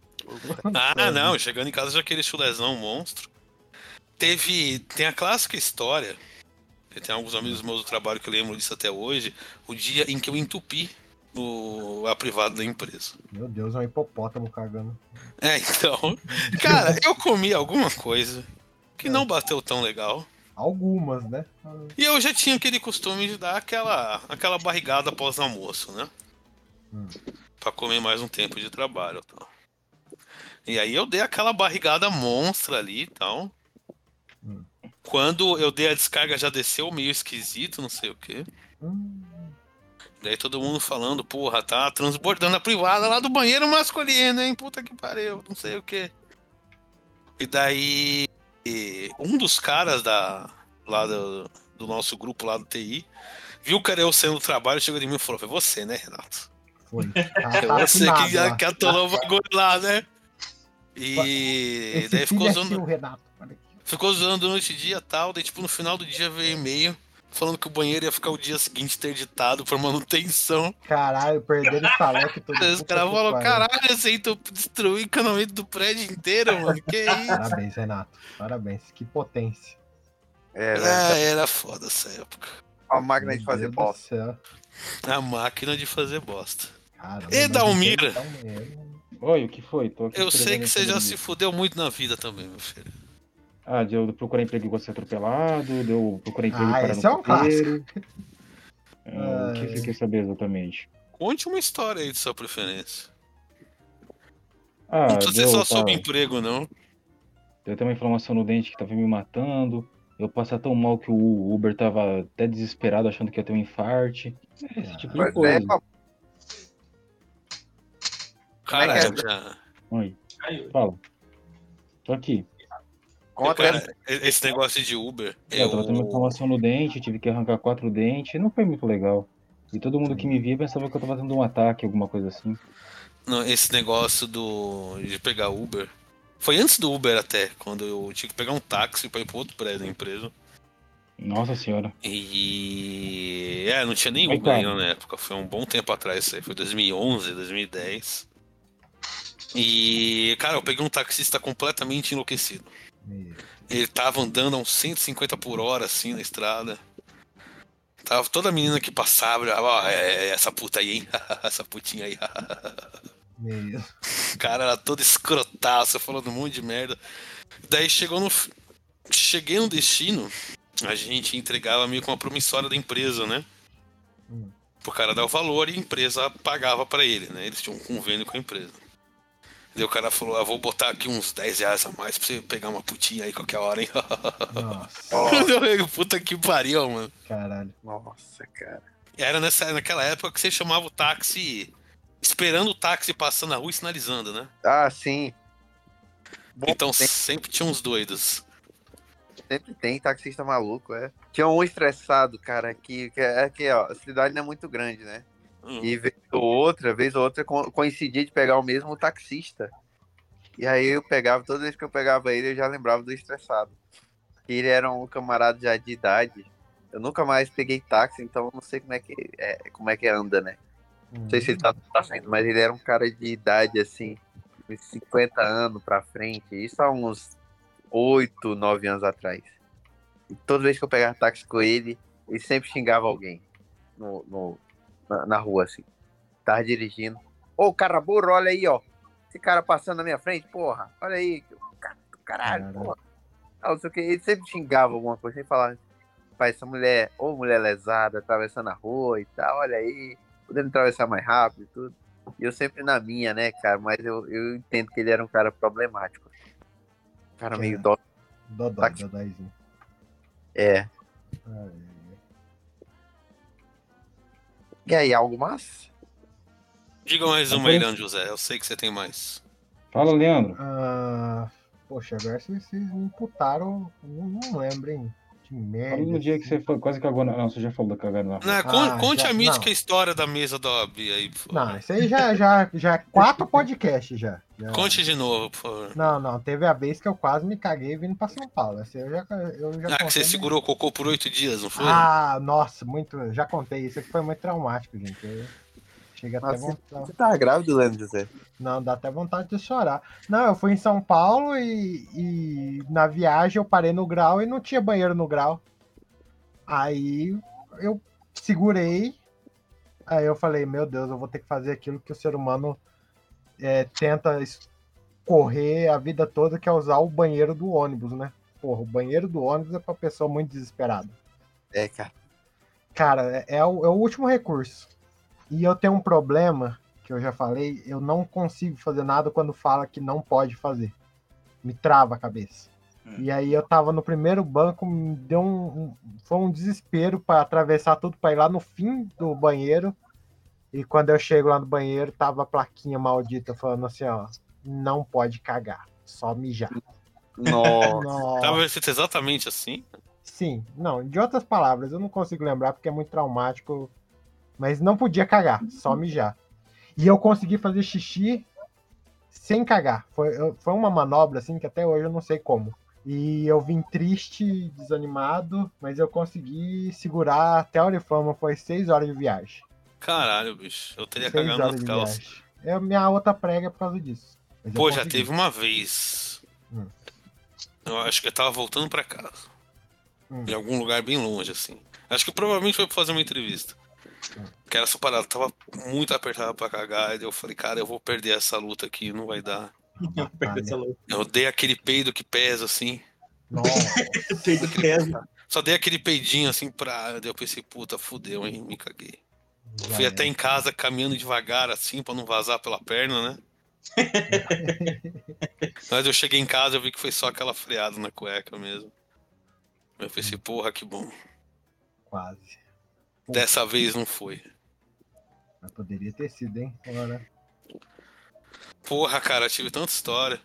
Não, chegando em casa já aquele chulezão monstro. Tem a clássica história, tem alguns amigos meus do trabalho que eu lembro disso até hoje, o dia em que eu entupi a privada da empresa. Meu Deus, é um hipopótamo cagando. Então, cara, eu comi alguma coisa que não bateu tão legal. Algumas, né? E eu já tinha aquele costume de dar aquela barrigada após almoço, né? Pra comer mais um tempo de trabalho e tal. E aí eu dei aquela barrigada monstra ali e tal. Quando eu dei a descarga já desceu meio esquisito, não sei o quê. Daí todo mundo falando, porra, tá transbordando a privada lá do banheiro masculino, hein? Puta que pariu, não sei o quê. E daí um dos caras lá do nosso grupo lá do TI viu que era eu sendo do trabalho, chegou de mim e falou, foi você, né, Renato? Foi. Você que atolou o bagulho lá, né? E daí ficou zoando. Renato. Ficou zoando noite e dia e tal, daí tipo no final do dia veio e-mail falando que o banheiro ia ficar o dia seguinte interditado por manutenção. Caralho, perderam estaleca e tudo. Os Puta caras que falaram, pariu. caralho, você tentou destruir o encanamento do prédio inteiro, mano. Que isso? Parabéns, Renato. Parabéns. Que potência. É, velho. Ah, era foda essa época. A máquina de Meu fazer Deus do bosta. céu. A máquina de fazer bosta. Caramba, E mas Dalmir? então mesmo. Oi, o que foi? Tô aqui Eu sei escrevendo que aqui você no já livro. se fudeu muito na vida também, meu filho. Ah, de eu procurar emprego e ser atropelado, eu procurar emprego e parar Esse no é um puteiro. clássico. O que você quer saber exatamente? Conte uma história aí de sua preferência. Ah, Não precisa ser só deu, sobre emprego, não. deu até uma inflamação no dente que tava me matando. Eu passar tão mal que o Uber tava até desesperado, achando que ia ter um infarte. Esse tipo de Pois é, coisa. papai. Cara, Como é que já... Oi, Aí, fala. Tô aqui. Conta Cara, esse negócio de Uber, Eu tava tendo uma inflamação no dente, tive que arrancar 4 dentes, não foi muito legal. E todo mundo que me via pensava que eu tava tendo um ataque, alguma coisa assim. Não, esse negócio de pegar Uber. Foi antes do Uber até, quando eu tinha que pegar um táxi pra ir pro outro prédio da empresa. Nossa senhora. E. Não tinha nem Vai, Uber cara. ainda na época. Foi um bom tempo atrás isso aí. Foi 2011, 2010. E, cara, eu peguei um taxista completamente enlouquecido. Meu. Ele tava andando a uns 150 por hora, assim, na estrada. Tava toda menina que passava, ó, essa puta aí, hein? Essa putinha aí. Meu. O cara era todo escrotaço, falando um monte de merda. Daí cheguei no destino, a gente entregava meio com uma promissória da empresa, né? Pro cara dar o valor e a empresa pagava pra ele, né? Eles tinham um convênio com a empresa. Daí o cara falou, vou botar aqui uns 10 reais a mais pra você pegar uma putinha aí qualquer hora, hein? Nossa, Puta que pariu, mano. caralho. Nossa, cara. Era naquela época que você chamava o táxi esperando o táxi passar na rua e sinalizando, né? Ah, sim. Bom, Então sempre tinha uns doidos. sempre tem taxista maluco, é. Tinha um estressado, cara, que ó, a cidade não é muito grande, né? E vez ou outra, coincidia de pegar o mesmo taxista. E aí eu pegava, toda vez que eu pegava ele, eu já lembrava do estressado. Ele era um camarada já de idade. Eu nunca mais peguei táxi, então eu não sei como é que anda, né? Não sei se ele tá saindo, mas ele era um cara de idade, assim, uns 50 anos pra frente. Isso há uns 8, 9 anos atrás. E toda vez que eu pegava táxi com ele sempre xingava alguém na rua, assim. Tava dirigindo. Ô, cara burro, olha aí, ó. Esse cara passando na minha frente, porra. Olha aí. Caralho, porra. Ah, não sei o que. Ele sempre xingava alguma coisa. Sempre falava, pai, essa mulher, ou mulher lesada, atravessando a rua e tal, olha aí. Podendo atravessar mais rápido e tudo. E eu sempre na minha, né, cara? Mas eu entendo que ele era um cara problemático. Um cara meio dó. Dodóizinho. É. E aí, algo mais? Diga mais uma aí, Leandro José. Eu sei que você tem mais. Fala, Leandro. Poxa, agora vocês me imputaram. Não lembro, hein? Que merda. Fala no dia que você foi, quase cagou na... Não, você já falou da cagada na rua. Conte já- a mítica não. história da mesa da OAB aí, por favor. Não, isso aí já é 4 podcasts já. Conte de novo, por favor. Não, teve a vez que eu quase me caguei vindo pra São Paulo. Essa eu já Que contei, você né? segurou o cocô por 8 dias, não foi? Nossa, muito. Já contei. Isso aqui foi muito traumático, gente. Chega até Nossa, vontade. você tá grávido, Leandro José? Não, dá até vontade de chorar. Não, eu fui em São Paulo e na viagem eu parei no Grau e não tinha banheiro no Grau. Aí eu segurei. Aí eu falei, meu Deus, eu vou ter que fazer aquilo que o ser humano tenta correr a vida toda, que é usar o banheiro do ônibus, né? Porra, o banheiro do ônibus é pra pessoa muito desesperada. É, cara. Cara, é o último recurso. E eu tenho um problema, que eu já falei, eu não consigo fazer nada quando fala que não pode fazer. Me trava a cabeça. E aí eu tava no primeiro banco, me deu foi um desespero para atravessar tudo para ir lá no fim do banheiro. E quando eu chego lá no banheiro, tava a plaquinha maldita falando assim, ó, não pode cagar, só mijar. Nossa. Tava escrito exatamente assim? Sim, não, de outras palavras, eu não consigo lembrar porque é muito traumático, mas não podia cagar, só mijar. E eu consegui fazer xixi sem cagar. Foi uma manobra assim que até hoje eu não sei como. E eu vim triste, desanimado, mas eu consegui segurar até a Uniforma, foi 6 horas de viagem. Caralho, bicho. Eu teria 6 cagado horas nas de calças. viagem. É a minha outra prega por causa disso. Mas eu Pô, já consegui. teve uma vez. Eu acho que eu tava voltando pra casa. Em algum lugar bem longe, assim. Acho que provavelmente foi pra fazer uma entrevista. Que era essa parada, tava muito apertada pra cagar. E eu falei, cara, eu vou perder essa luta aqui, não vai dar. Eu perdi essa luta. Eu dei aquele peido que pesa, assim. Nossa, Peido pesa. Só dei aquele peidinho, assim, pra... Daí eu pensei, puta, fudeu, hein, me caguei. já Fui é. até em casa caminhando devagar, assim, pra não vazar pela perna, né? Mas eu cheguei em casa e vi que foi só aquela freada na cueca mesmo. Eu pensei, porra, que bom. Quase. Dessa vez não foi. Mas poderia ter sido, hein? Agora. Porra, cara, tive tanta história.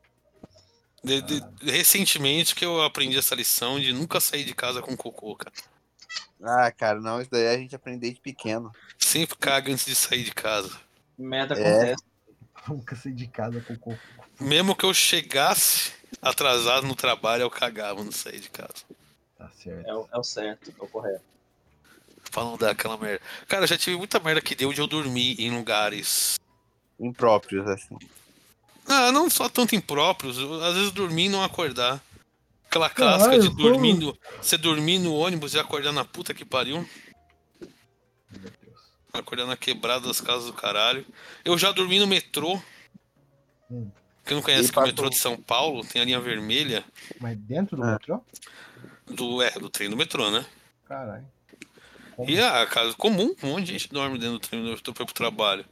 Recentemente que eu aprendi essa lição de nunca sair de casa com cocô, cara. Ah, cara, não, isso daí a gente aprende desde pequeno. Sempre caga antes de sair de casa. Merda acontece. Nunca saí de casa com cocô. Mesmo que eu chegasse atrasado no trabalho, eu cagava no sair de casa. Tá certo. É o certo, é o correto. Pra não dar aquela merda. Cara, eu já tive muita merda que deu de eu dormir em lugares. Impróprios, assim. Ah, não só tanto impróprios, às vezes dormir e não acordar. Aquela clássica Caralho, de você dormir no ônibus e acordar na puta que pariu. Meu Deus. Acordar na quebrada das casas do caralho. Eu já dormi no metrô. Quem não conhece que o metrô de São Paulo tem a linha vermelha Mas dentro do metrô? do trem do metrô, né? Caralho. E caso comum, um monte de gente dorme dentro do trem do metrô pra ir pro trabalho.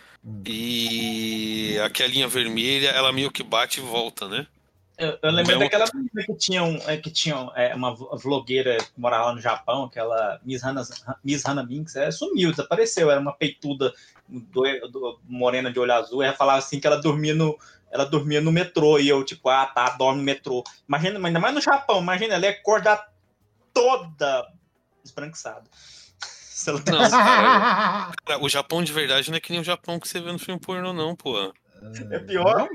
E aqui a linha vermelha, ela meio que bate e volta, né? Eu lembrei daquela menina que tinha uma vlogueira que morava lá no Japão, aquela Miss Hannah Minks, sumiu, desapareceu, era uma peituda morena de olho azul, e ela falava assim que ela dormia no metrô, e eu tipo, dorme no metrô. Imagina, ainda mais no Japão, imagina, ela ia acordar toda esbranquiçada. Não, cara, o Japão de verdade não é que nem o Japão que você vê no filme pornô, não, pô. É pior?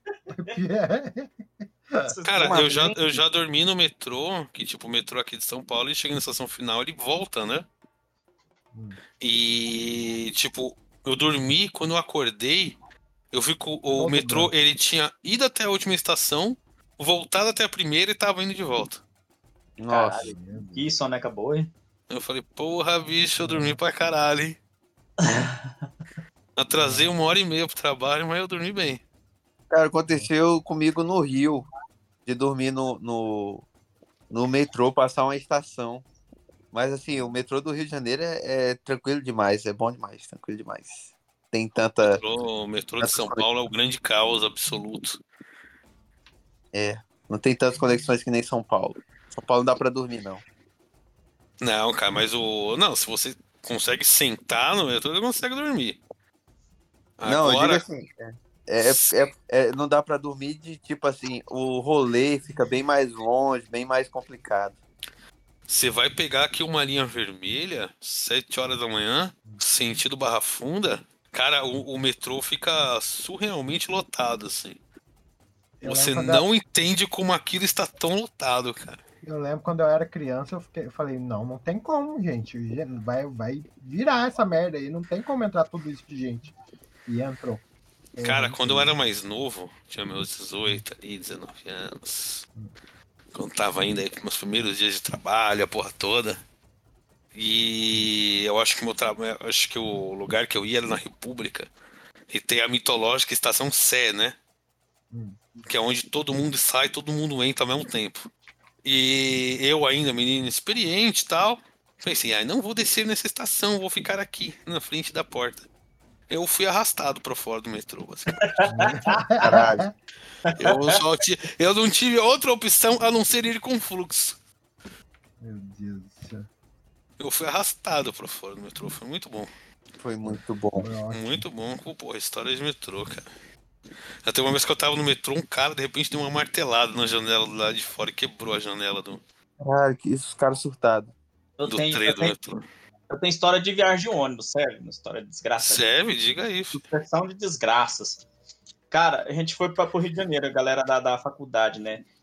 Cara, eu já dormi no metrô, que tipo, o metrô aqui de São Paulo, e chega na estação final, ele volta, né? E tipo, eu dormi, quando eu acordei, eu vi que o metrô, ele tinha ido até a última estação, voltado até a primeira e tava indo de volta. Nossa. Caralho, que soneca boa, hein? Eu falei, porra, bicho, eu dormi pra caralho, hein? Atrasei 1h30 pro trabalho, mas eu dormi bem. Cara, aconteceu comigo no Rio, de dormir no metrô, passar uma estação. Mas assim, o metrô do Rio de Janeiro é tranquilo demais, é bom demais, tranquilo demais. Tem tanta... O metrô de São Paulo é o grande caos absoluto. Não tem tantas conexões que nem São Paulo. São Paulo não dá pra dormir, não. Não, cara, mas não, se você consegue sentar no metrô, você consegue dormir. Não, eu digo Agora, assim, não dá pra dormir de tipo assim, o rolê fica bem mais longe, bem mais complicado. você vai pegar aqui uma linha vermelha, 7 horas da manhã, sentido Barra Funda, cara, o metrô fica surrealmente lotado, assim. Você não entende como aquilo está tão lotado, cara. Eu lembro quando eu era criança, eu falei, não tem como, gente. Vai virar essa merda aí, não tem como entrar tudo isso de gente. E entrou. Cara, quando eu era mais novo, tinha meus 18 ali, 19 anos. Quando tava ainda aí com meus primeiros dias de trabalho, a porra toda. E eu acho que o lugar que eu ia era na República. E tem a mitológica Estação Sé, né? Que é onde todo mundo sai, todo mundo entra ao mesmo tempo. E eu ainda, menino experiente e tal, pensei, não vou descer nessa estação, vou ficar aqui, na frente da porta. Eu fui arrastado pra fora do metrô, basicamente. Caralho. Eu não tive outra opção a não ser ir com fluxo. Meu Deus do céu. Eu fui arrastado pra fora do metrô, foi muito bom. Foi muito bom. Muito bom, pô, história de metrô, cara. Até uma vez que eu tava no metrô, um cara de repente deu uma martelada na janela do lado de fora e quebrou a janela do Que isso, os caras surtados. trem do metrô. Eu tenho história de viagem de ônibus, sério, uma história de desgraça. Serve? Diga aí. Sucessão de desgraças. Cara, a gente foi pro Rio de Janeiro, a galera da faculdade, né?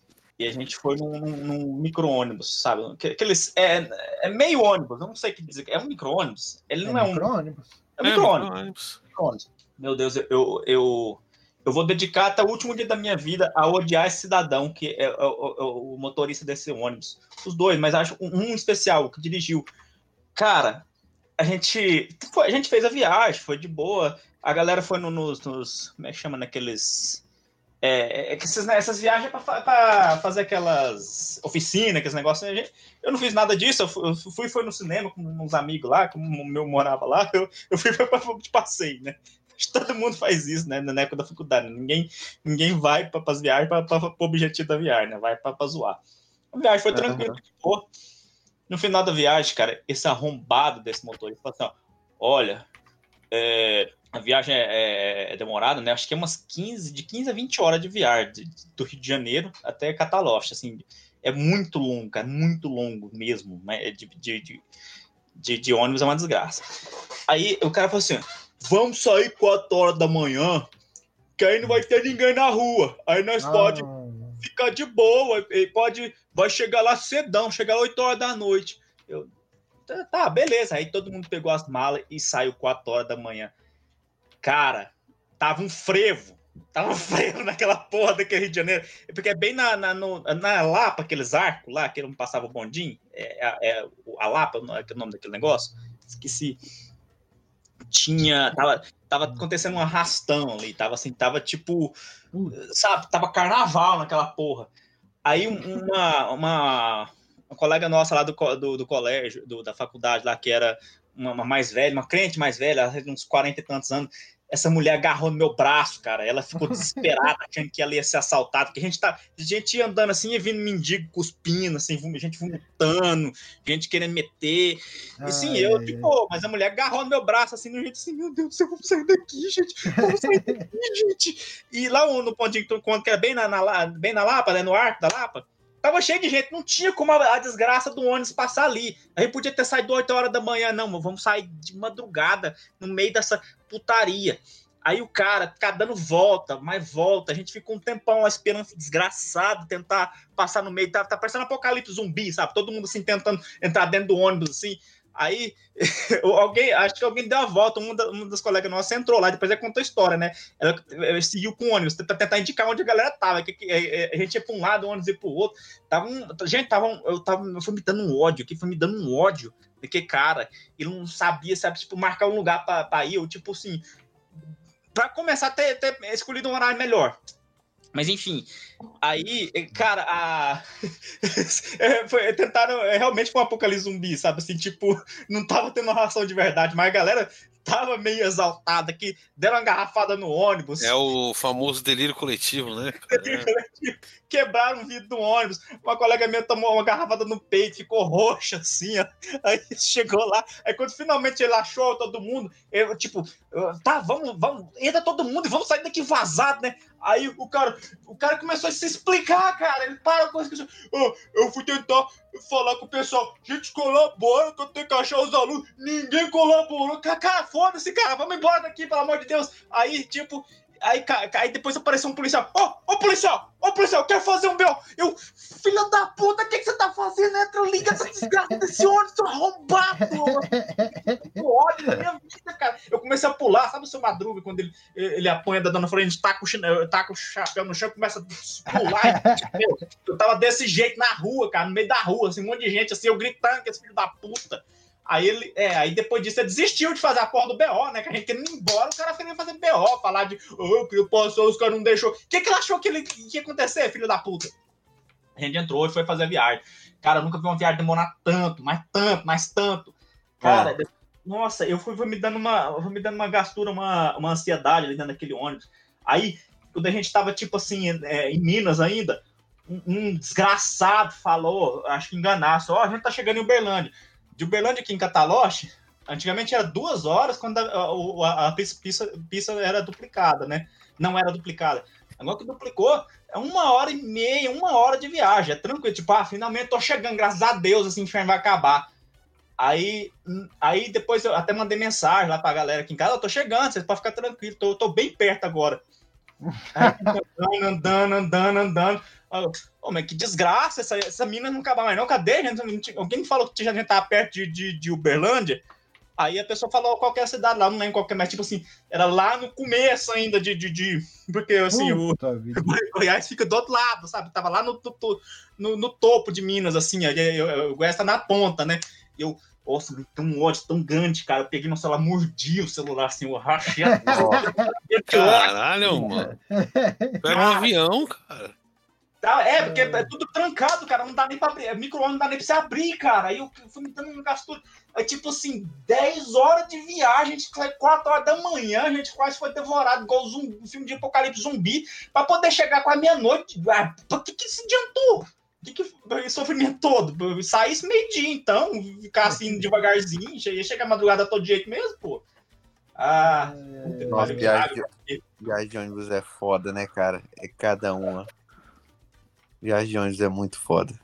E a gente foi num micro-ônibus, sabe? Aqueles, é meio ônibus, eu não sei o que dizer. É um micro-ônibus? Ele não é um... micro-ônibus. É um micro-ônibus. Meu Deus, eu vou dedicar até o último dia da minha vida a odiar esse cidadão, que é o motorista desse ônibus. Os dois, mas acho um especial, que dirigiu. Cara, a gente fez a viagem, foi de boa. A galera foi nos como é que chama, naqueles... essas viagens para fazer aquelas oficinas, aqueles negócios. Eu não fiz nada disso, eu fui no cinema com uns amigos lá, como o meu morava lá, eu fui para de passeio, né? Todo mundo faz isso, né? Na época da faculdade. Ninguém vai para as viagens para o objetivo da viagem, né? Vai para zoar. A viagem foi tranquila. Pô. No final da viagem, cara, esse arrombado desse motorista falou assim: olha, a viagem é demorada, né? Acho que é de 15 a 20 horas de viagem do Rio de Janeiro até Cataloche, assim. É muito longo, cara, muito longo mesmo. Né? De ônibus é uma desgraça. Aí o cara falou assim: vamos sair 4 horas da manhã, que aí não vai ter ninguém na rua. Aí nós pode ficar de boa, vai chegar lá cedão, chegar 8 horas da noite. Tá, beleza. Aí todo mundo pegou as malas e saiu 4 horas da manhã. Cara, tava um frevo naquela porra daquele Rio de Janeiro. Porque é bem na Lapa, aqueles arcos lá, que não passava o bondinho. A Lapa, que é o nome daquele negócio. Esqueci. Tava acontecendo um arrastão ali. Tava tipo, sabe, tava carnaval naquela porra. Aí uma colega nossa lá do colégio, da faculdade lá, que era uma mais velha, uma crente mais velha, uns 40 e tantos anos, essa mulher agarrou no meu braço, cara. Ela ficou desesperada, achando que ela ia ser assaltada, porque a gente ia andando assim e vindo mendigo cuspindo, assim, gente vomitando, gente querendo meter. E sim, mas a mulher agarrou no meu braço, assim, no jeito assim, meu Deus do céu, vamos sair daqui, gente. Vamos sair daqui, gente. E lá no pontinho que era bem na Lapa, né, no arco da Lapa, tava cheio de gente, não tinha como a desgraça do ônibus passar ali. A gente podia ter saído 8 horas da manhã, não, mas vamos sair de madrugada, no meio dessa putaria. Aí o cara fica dando volta, a gente ficou um tempão lá esperando desgraçado tentar passar no meio, tá parecendo um apocalipse zumbi, sabe? Todo mundo assim tentando entrar dentro do ônibus, assim. Aí, acho que alguém deu a volta, uma das colegas nossas entrou lá, depois ela contou a história, né? Ela seguiu com o ônibus, pra tentar indicar onde a galera tava, a gente ia pra um lado, o ônibus ia pro outro. Eu fui me dando um ódio, porque, cara, ele não sabia, sabe, tipo, marcar um lugar pra ir, eu, tipo assim, pra começar a ter escolhido um horário melhor. Mas enfim, aí, cara, tentaram realmente com um apocalipse zumbi, sabe? Assim, tipo, não tava tendo uma ração de verdade, mas a galera tava meio exaltada, que deram uma garrafada no ônibus. É o famoso delírio coletivo, né? Quebraram o vidro do ônibus. Uma colega minha tomou uma garrafada no peito, ficou roxa, assim, ó. Aí chegou lá, aí quando finalmente ele achou todo mundo, tá, vamos, entra todo mundo e vamos sair daqui vazado, né? Aí o cara começou a se explicar, cara. Ele para com isso. Eu fui tentar falar com o pessoal. Gente, colabora que eu tenho que achar os alunos. Ninguém colaborou. Cara, foda-se, cara. Vamos embora daqui, pelo amor de Deus. Aí, tipo... Aí depois apareceu um policial. Ô policial, quer fazer um B.O. Eu, filha da puta, o que você tá fazendo? Entra, liga essa desgraça desse ônibus, seu arrombado. O ódio da minha vida, cara. Eu comecei a pular, sabe o seu Madruga, quando ele apanha da dona Florinda, taca o chapéu no chão, começa a pular. Eu tava desse jeito na rua, cara, no meio da rua, assim, um monte de gente, assim, eu gritando, que esse filho da puta. Aí depois disso, ele desistiu de fazer a porra do BO, né? Que a gente queria ir embora, o cara queria fazer BO, falar de eu queria passar, os caras não deixou. O que ele achou que ia acontecer, filho da puta? A gente entrou e foi fazer a viagem. Cara, eu nunca vi uma viagem demorar tanto, mais tanto. Cara, nossa, eu fui me dando uma gastura, uma ansiedade ali dentro daquele ônibus. Aí, quando a gente tava, tipo assim, em Minas ainda, um desgraçado falou, acho que enganasse, a gente tá chegando em Uberlândia. De Uberlândia aqui em Cataloche, antigamente era 2 horas quando a pista era duplicada, né? Não era duplicada. Agora que duplicou, é 1h30, 1 hora de viagem. É tranquilo, tipo, finalmente tô chegando, graças a Deus, assim, o inferno vai acabar. Aí depois eu até mandei mensagem lá pra galera aqui em casa, eu tô chegando, vocês podem ficar tranquilos, tô bem perto agora. Andando. Mas que desgraça, essa mina não acaba mais não. Cadê, gente? Alguém falou que a gente tava perto de Uberlândia. Aí a pessoa falou qual que é a cidade lá, não lembro qual que é, mas tipo assim, era lá no começo ainda porque assim, o Goiás fica do outro lado, sabe? Tava lá no topo de Minas, assim, o Goiás tá na ponta, né? Nossa, tem um ódio tão grande, cara. Eu peguei meu celular, mordi o celular, assim, eu rachei a Caralho, mano. Pega um avião, cara. Porque é tudo trancado, cara. Não dá nem pra abrir. Micro-ondas não dá nem pra você abrir, cara. Aí eu fui me dando um gasto. É tipo assim, 10 horas de viagem, a gente sai 4 horas da manhã, a gente quase foi devorado, igual um filme de apocalipse zumbi, pra poder chegar com a meia-noite. Por que se adiantou? Que sofrimento todo? Saísse meio-dia, então, ficar assim devagarzinho, ia chegar a madrugada todo jeito mesmo, pô. Nossa, viagem de ônibus é foda, né, cara? É cada uma. Viagem de ônibus é muito foda.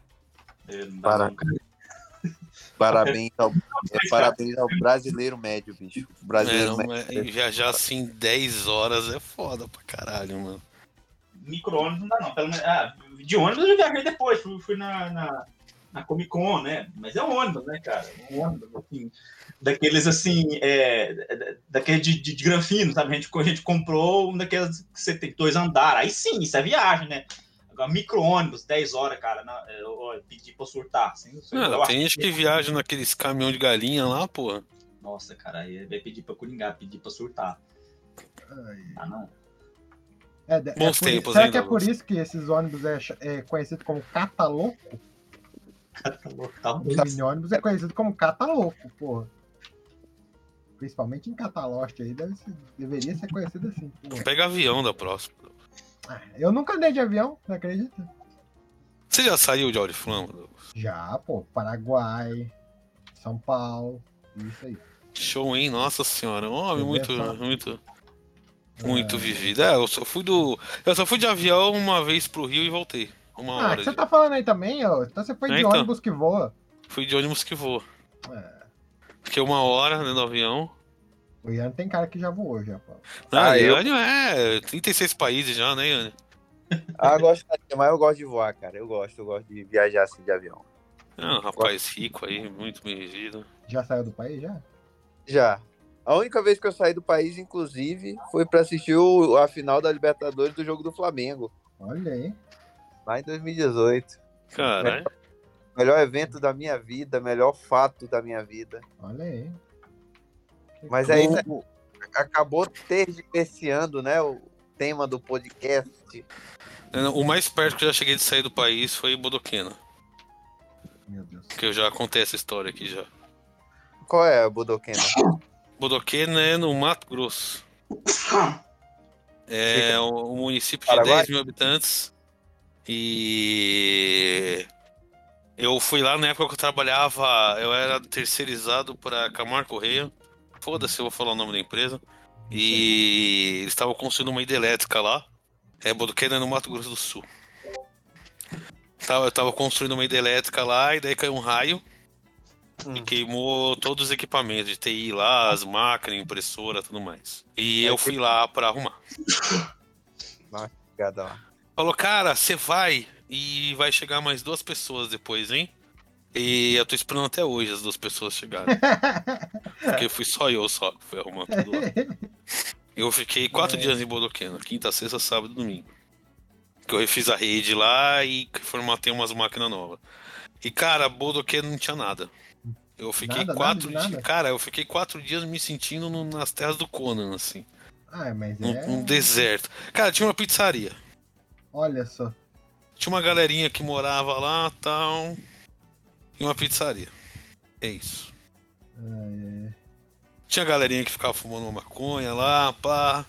Parabéns ao brasileiro médio, bicho. Viajar assim 10 horas é foda pra caralho, mano. Micro-ônibus não dá, não. Pelo menos, de ônibus eu viajei depois. Fui na Comic Con, né? Mas é um ônibus, né, cara? Um ônibus, assim, daqueles assim, daqueles de granfino, sabe? A gente comprou um daqueles que você tem 2 andares. Aí sim, isso é viagem, né? Agora, micro-ônibus, 10 horas, cara. Eu pedi pra surtar. Assim, tem gente que viaja naqueles caminhão de galinha lá, porra. Nossa, cara, aí vai pedir pra coringar, pedir pra surtar. Não. Bons tempos, será que é por isso que esses ônibus é conhecido como cata-louco? O mini-ônibus é conhecido como cata-louco, porra. Principalmente em Cataloste aí, deveria ser conhecido assim, porra. Pega avião da próxima. Eu nunca andei de avião, não acredita? Você já saiu de Auriflama? Já, pô. Paraguai, São Paulo, isso aí. Show, hein? Nossa senhora. Um homem muito vivido. Eu só fui de avião uma vez pro Rio e voltei. Uma hora. Que você tá falando aí também, ó. Então você foi de ônibus que voa. Fui de ônibus que voa. Fiquei 1 hora dentro do avião. O Ian tem cara que já voou, já, pô. Ian 36 países já, né, Ian? Mas eu gosto de voar, cara. Eu gosto de viajar assim de avião. Um rapaz rico aí, muito bem vivido. Já saiu do país, já? Já. A única vez que eu saí do país, inclusive, foi pra assistir a final da Libertadores do jogo do Flamengo. Olha aí. Lá em 2018. Caralho. Melhor evento da minha vida, melhor fato da minha vida. Olha aí. Mas aí acabou tergiversando, né, o tema do podcast. O mais perto que eu já cheguei de sair do país foi Bodoquena. Meu Deus. Que eu já contei essa história aqui já. Qual é a Bodoquena? Bodoquena é no Mato Grosso. É um município de Paraguai? 10 mil habitantes. E eu fui lá na época que eu trabalhava, eu era terceirizado para Camargo Correia. Foda-se, eu vou falar o nome da empresa. E eles estavam construindo uma hidrelétrica lá. Bodoquena no Mato Grosso do Sul. Eu tava construindo uma hidrelétrica lá e daí caiu um raio e queimou todos os equipamentos de TI lá, as máquinas, impressora, tudo mais. E eu fui lá pra arrumar. Falou, cara, você vai e vai chegar mais 2 pessoas depois, hein? E eu tô esperando até hoje as 2 pessoas chegarem. Porque fui só eu que fui arrumar tudo lá. Eu fiquei 4 dias em Bodoquena, quinta, sexta, sábado e domingo. Que eu refiz a rede lá e formatei umas máquinas novas. E, cara, Bodoquena não tinha nada. Eu fiquei 4 dias. Cara, eu fiquei 4 dias me sentindo nas terras do Conan, assim. Mas num deserto. Cara, tinha uma pizzaria. Olha só. Tinha uma galerinha que morava lá e tal. E uma pizzaria. É isso. Tinha galerinha que ficava fumando uma maconha lá, pá.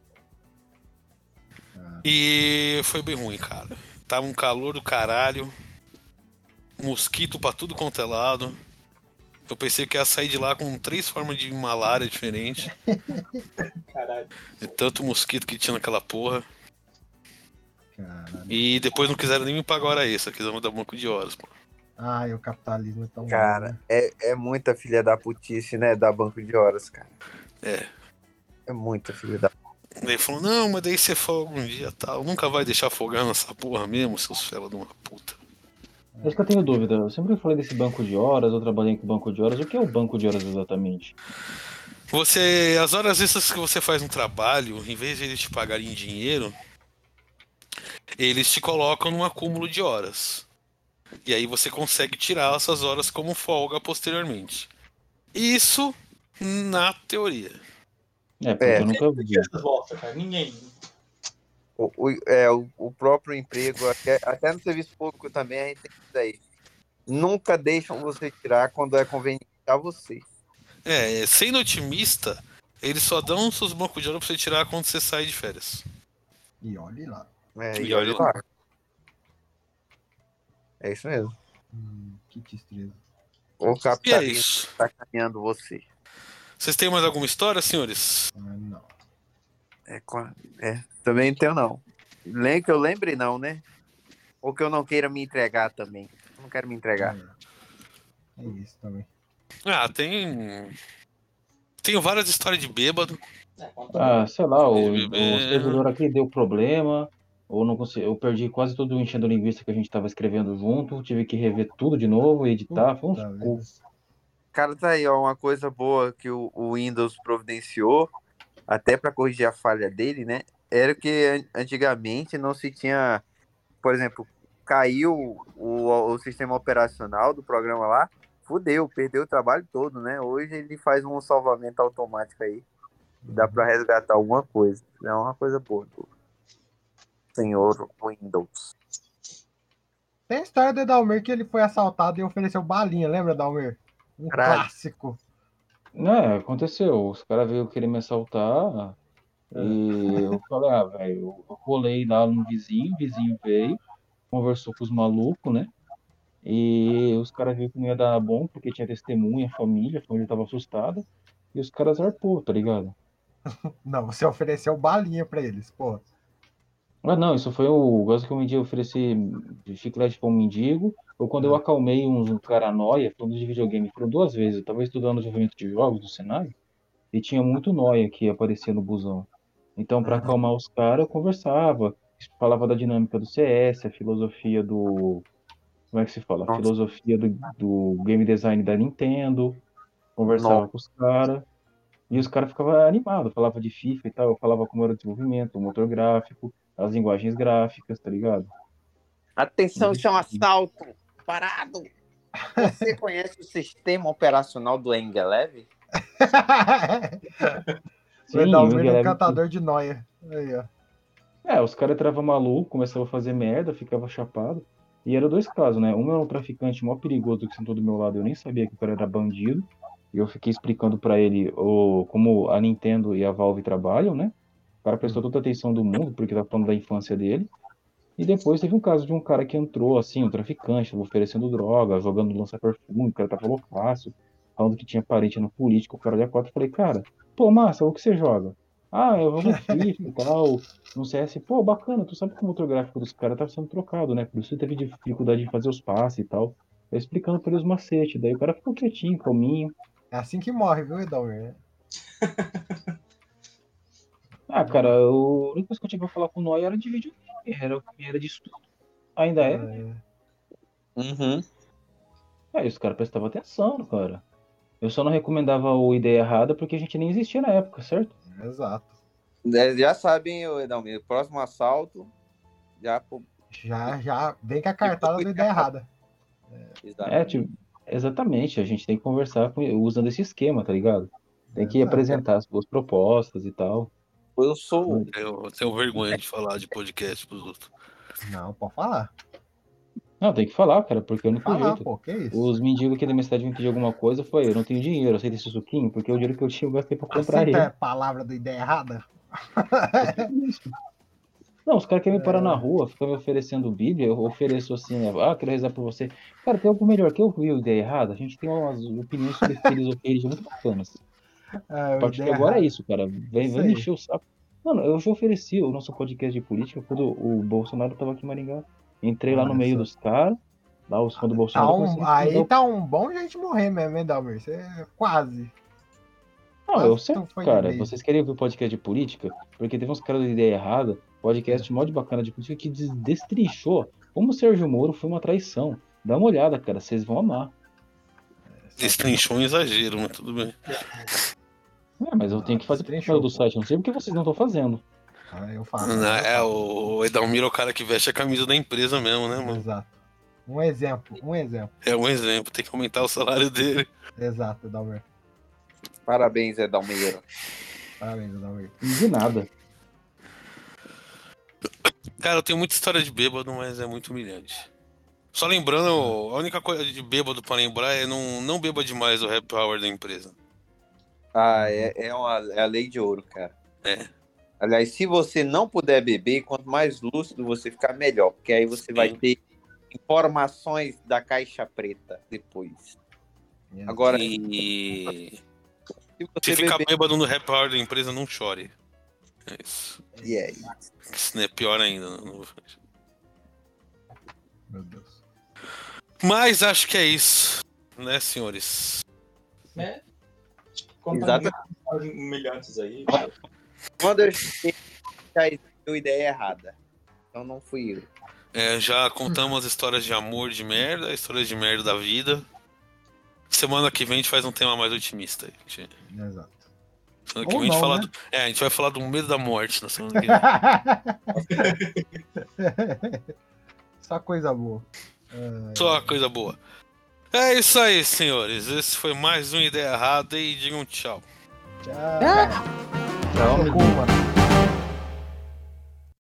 E foi bem ruim, cara. Tava um calor do caralho. Mosquito pra tudo quanto é lado. Eu pensei que ia sair de lá com 3 formas de malária diferentes. Caralho. De tanto mosquito que tinha naquela porra. Caralho. E depois não quiseram nem me pagar hora extra, quiseram dar banco de horas, pô. O capitalismo é tão Cara, bom, né? é muita filha da putice, né? Da banco de horas, cara. É muita filha da Daí falou, não, mas daí você folga um dia, tal. Nunca vai deixar folgar nessa porra mesmo, seus fela de uma puta. É isso que eu tenho dúvida. Eu sempre falei desse banco de horas, eu trabalhei com banco de horas. O que é o banco de horas exatamente? As horas extras que você faz no trabalho, em vez de eles te pagarem em dinheiro, eles te colocam num acúmulo de horas. E aí você consegue tirar essas horas como folga posteriormente. Isso na teoria. É, porque É. eu nunca vi. Essas bosta, cara. Ninguém. O próprio emprego, até no serviço público também, a gente tem isso daí. Nunca deixam você tirar quando é conveniente a você. Sendo otimista, eles só dão seus bancos de horas pra você tirar quando você sai de férias. E olhe lá. E olha lá. É isso mesmo. Que tristeza. O E é capitalismo isso. está caminhando você. Vocês têm mais alguma história, senhores? Não. Também tenho não. Que eu lembre não, né? Ou que eu não queira me entregar também. Eu não quero me entregar. É isso também. Ah, tenho várias histórias de bêbado. Ah, sei lá, o Bebê. servidor aqui deu problema, ou não consegui, eu perdi quase todo o enchendo linguiça que a gente tava escrevendo junto, tive que rever tudo de novo, editar, foi Puta uns vida. Cara, tá aí, ó, uma coisa boa que o Windows providenciou, até para corrigir a falha dele, né? Era que antigamente não se tinha, por exemplo, caiu o sistema operacional do programa lá, fudeu, perdeu o trabalho todo, né? Hoje ele faz um salvamento automático aí. Dá para resgatar alguma coisa. É uma coisa boa do senhor Windows. Tem a história do Edalmir que ele foi assaltado e ofereceu balinha, lembra, Edalmir? Um Caralho. clássico. Aconteceu, os caras veio querer me assaltar, e eu falei, velho, eu rolei lá no vizinho, o vizinho veio, conversou com os malucos, né? E os caras viram que não ia dar bom, porque tinha testemunha, a família tava assustada, e os caras arpou, tá ligado? Não, você ofereceu balinha pra eles, pô. Ah, não, isso foi o gosto que eu me oferecer chiclete para um mendigo, ou quando eu acalmei uns cara-noia, falando de videogame, foram 2 vezes. Eu tava estudando desenvolvimento de jogos do Senai, e tinha muito noia que aparecia no busão. Então, para acalmar os caras, eu conversava, falava da dinâmica do CS, a filosofia do. Como é que se fala? A Nossa. filosofia do game design da Nintendo, conversava com os caras, e os caras ficavam animados, falava de FIFA e tal, eu falava como era o desenvolvimento, o motor gráfico, as linguagens gráficas, tá ligado? Atenção, isso é um assalto. Parado. Você conhece o sistema operacional do Engelev? O Edalmir o é Guilherme- encantador de noia. Aí, ó. Os caras entravam maluco, começavam a fazer merda, ficava chapado. E era 2 casos, né? Um era um traficante mó perigoso que sentou do meu lado, eu nem sabia que o cara era bandido. E eu fiquei explicando pra ele como a Nintendo e a Valve trabalham, né? O cara prestou toda a atenção do mundo, porque tá falando da infância dele. E depois teve um caso de um cara que entrou, assim, um traficante, tava oferecendo droga, jogando lança-perfume, o cara tava loucaço, falando que tinha parente no político, o cara de A4. Eu falei, cara, pô, massa, o que você joga? Ah, eu jogo FIFA e tal, no CS. Pô, bacana, tu sabe que o motor gráfico dos caras tá sendo trocado, né? Por isso você teve dificuldade em fazer os passes e tal. Eu explicando pra ele os macetes, daí o cara ficou quietinho, calminho. É assim que morre, viu, Edalmir? Ah, cara, a única coisa que eu tinha pra falar com o Noia era de videogame, era de estudo. Ainda é. Uhum. Aí os caras prestavam atenção, cara. Eu só não recomendava o Ideia Errada porque a gente nem existia na época, certo? Exato. Já sabem, Edalmir, próximo assalto. Já vem com a cartada da ideia errada. Exatamente, a gente tem que conversar usando esse esquema, tá ligado? Tem que apresentar as boas propostas e tal. Eu sou. Eu tenho vergonha de falar de podcast pros outros. Não, pode falar. Não, tem que falar, cara, porque é o único Falar, jeito. pô, que isso? Os mendigos aqui da minha cidade me pediram alguma coisa, eu falei, eu não tenho dinheiro, aceita esse suquinho, porque o dinheiro que eu tinha eu gastei pra comprar Aceita ele. a palavra da ideia errada? Não, os caras querem me parar na rua, ficam me oferecendo Bíblia, eu ofereço assim, né? Quero rezar por você. Cara, tem algo melhor que eu vi a ideia errada? A gente tem umas opiniões sobre filosofia muito bacanas. A partir de agora é isso, cara. Vem me encher o saco. Mano, eu já ofereci o nosso podcast de política quando o Bolsonaro tava aqui em Maringá. Entrei lá no meio dos caras, lá os fãs do Bolsonaro. Aí tá um bom jeito de morrer mesmo, hein, Dalmir? Você é quase. Não, eu sei, Tu foi de cara. vez. Vocês querem ouvir podcast de política? Porque teve uns caras de ideia errada, podcast mó de bacana de política que destrinchou como o Sérgio Moro foi uma traição. Dá uma olhada, cara, vocês vão amar. Destrinchou um exagero, mas tudo bem. Mas eu tenho que fazer Destrinchou, papel do site, não sei porque vocês não estão fazendo. Eu faço. O Edalmiro é o cara que veste a camisa da empresa mesmo, né, mano? Exato. Um exemplo. É um exemplo, tem que aumentar o salário dele. Exato, Edalmir. Parabéns, Edalmeiro. Parabéns, Edalmir. De nada. Cara, eu tenho muita história de bêbado, mas é muito humilhante. Só lembrando, a única coisa de bêbado pra lembrar é não beba demais o happy hour da empresa. É a lei de ouro, cara. É. Aliás, se você não puder beber, quanto mais lúcido você ficar, melhor. Porque aí você vai ter informações da caixa preta depois. Agora, E se se você ficar beber... bêbado no happy hour da empresa, não chore. É isso. E aí? Isso é pior ainda. Meu Deus. Mas acho que é isso, né, senhores? Contando humilhantes aí. Quando eu cheguei, já deu ideia errada. Então não fui eu. Já contamos as histórias de amor de merda, histórias de merda da vida. Semana que vem a gente faz um tema mais otimista. Gente. Exato. Semana que Ou vem não, a gente né? a gente vai falar do medo da morte na semana que vem. Só coisa boa. Só uma coisa boa. É isso aí, senhores. Esse foi mais um Ideia Errada e digam tchau. Tchau. Tchau, Desculpa.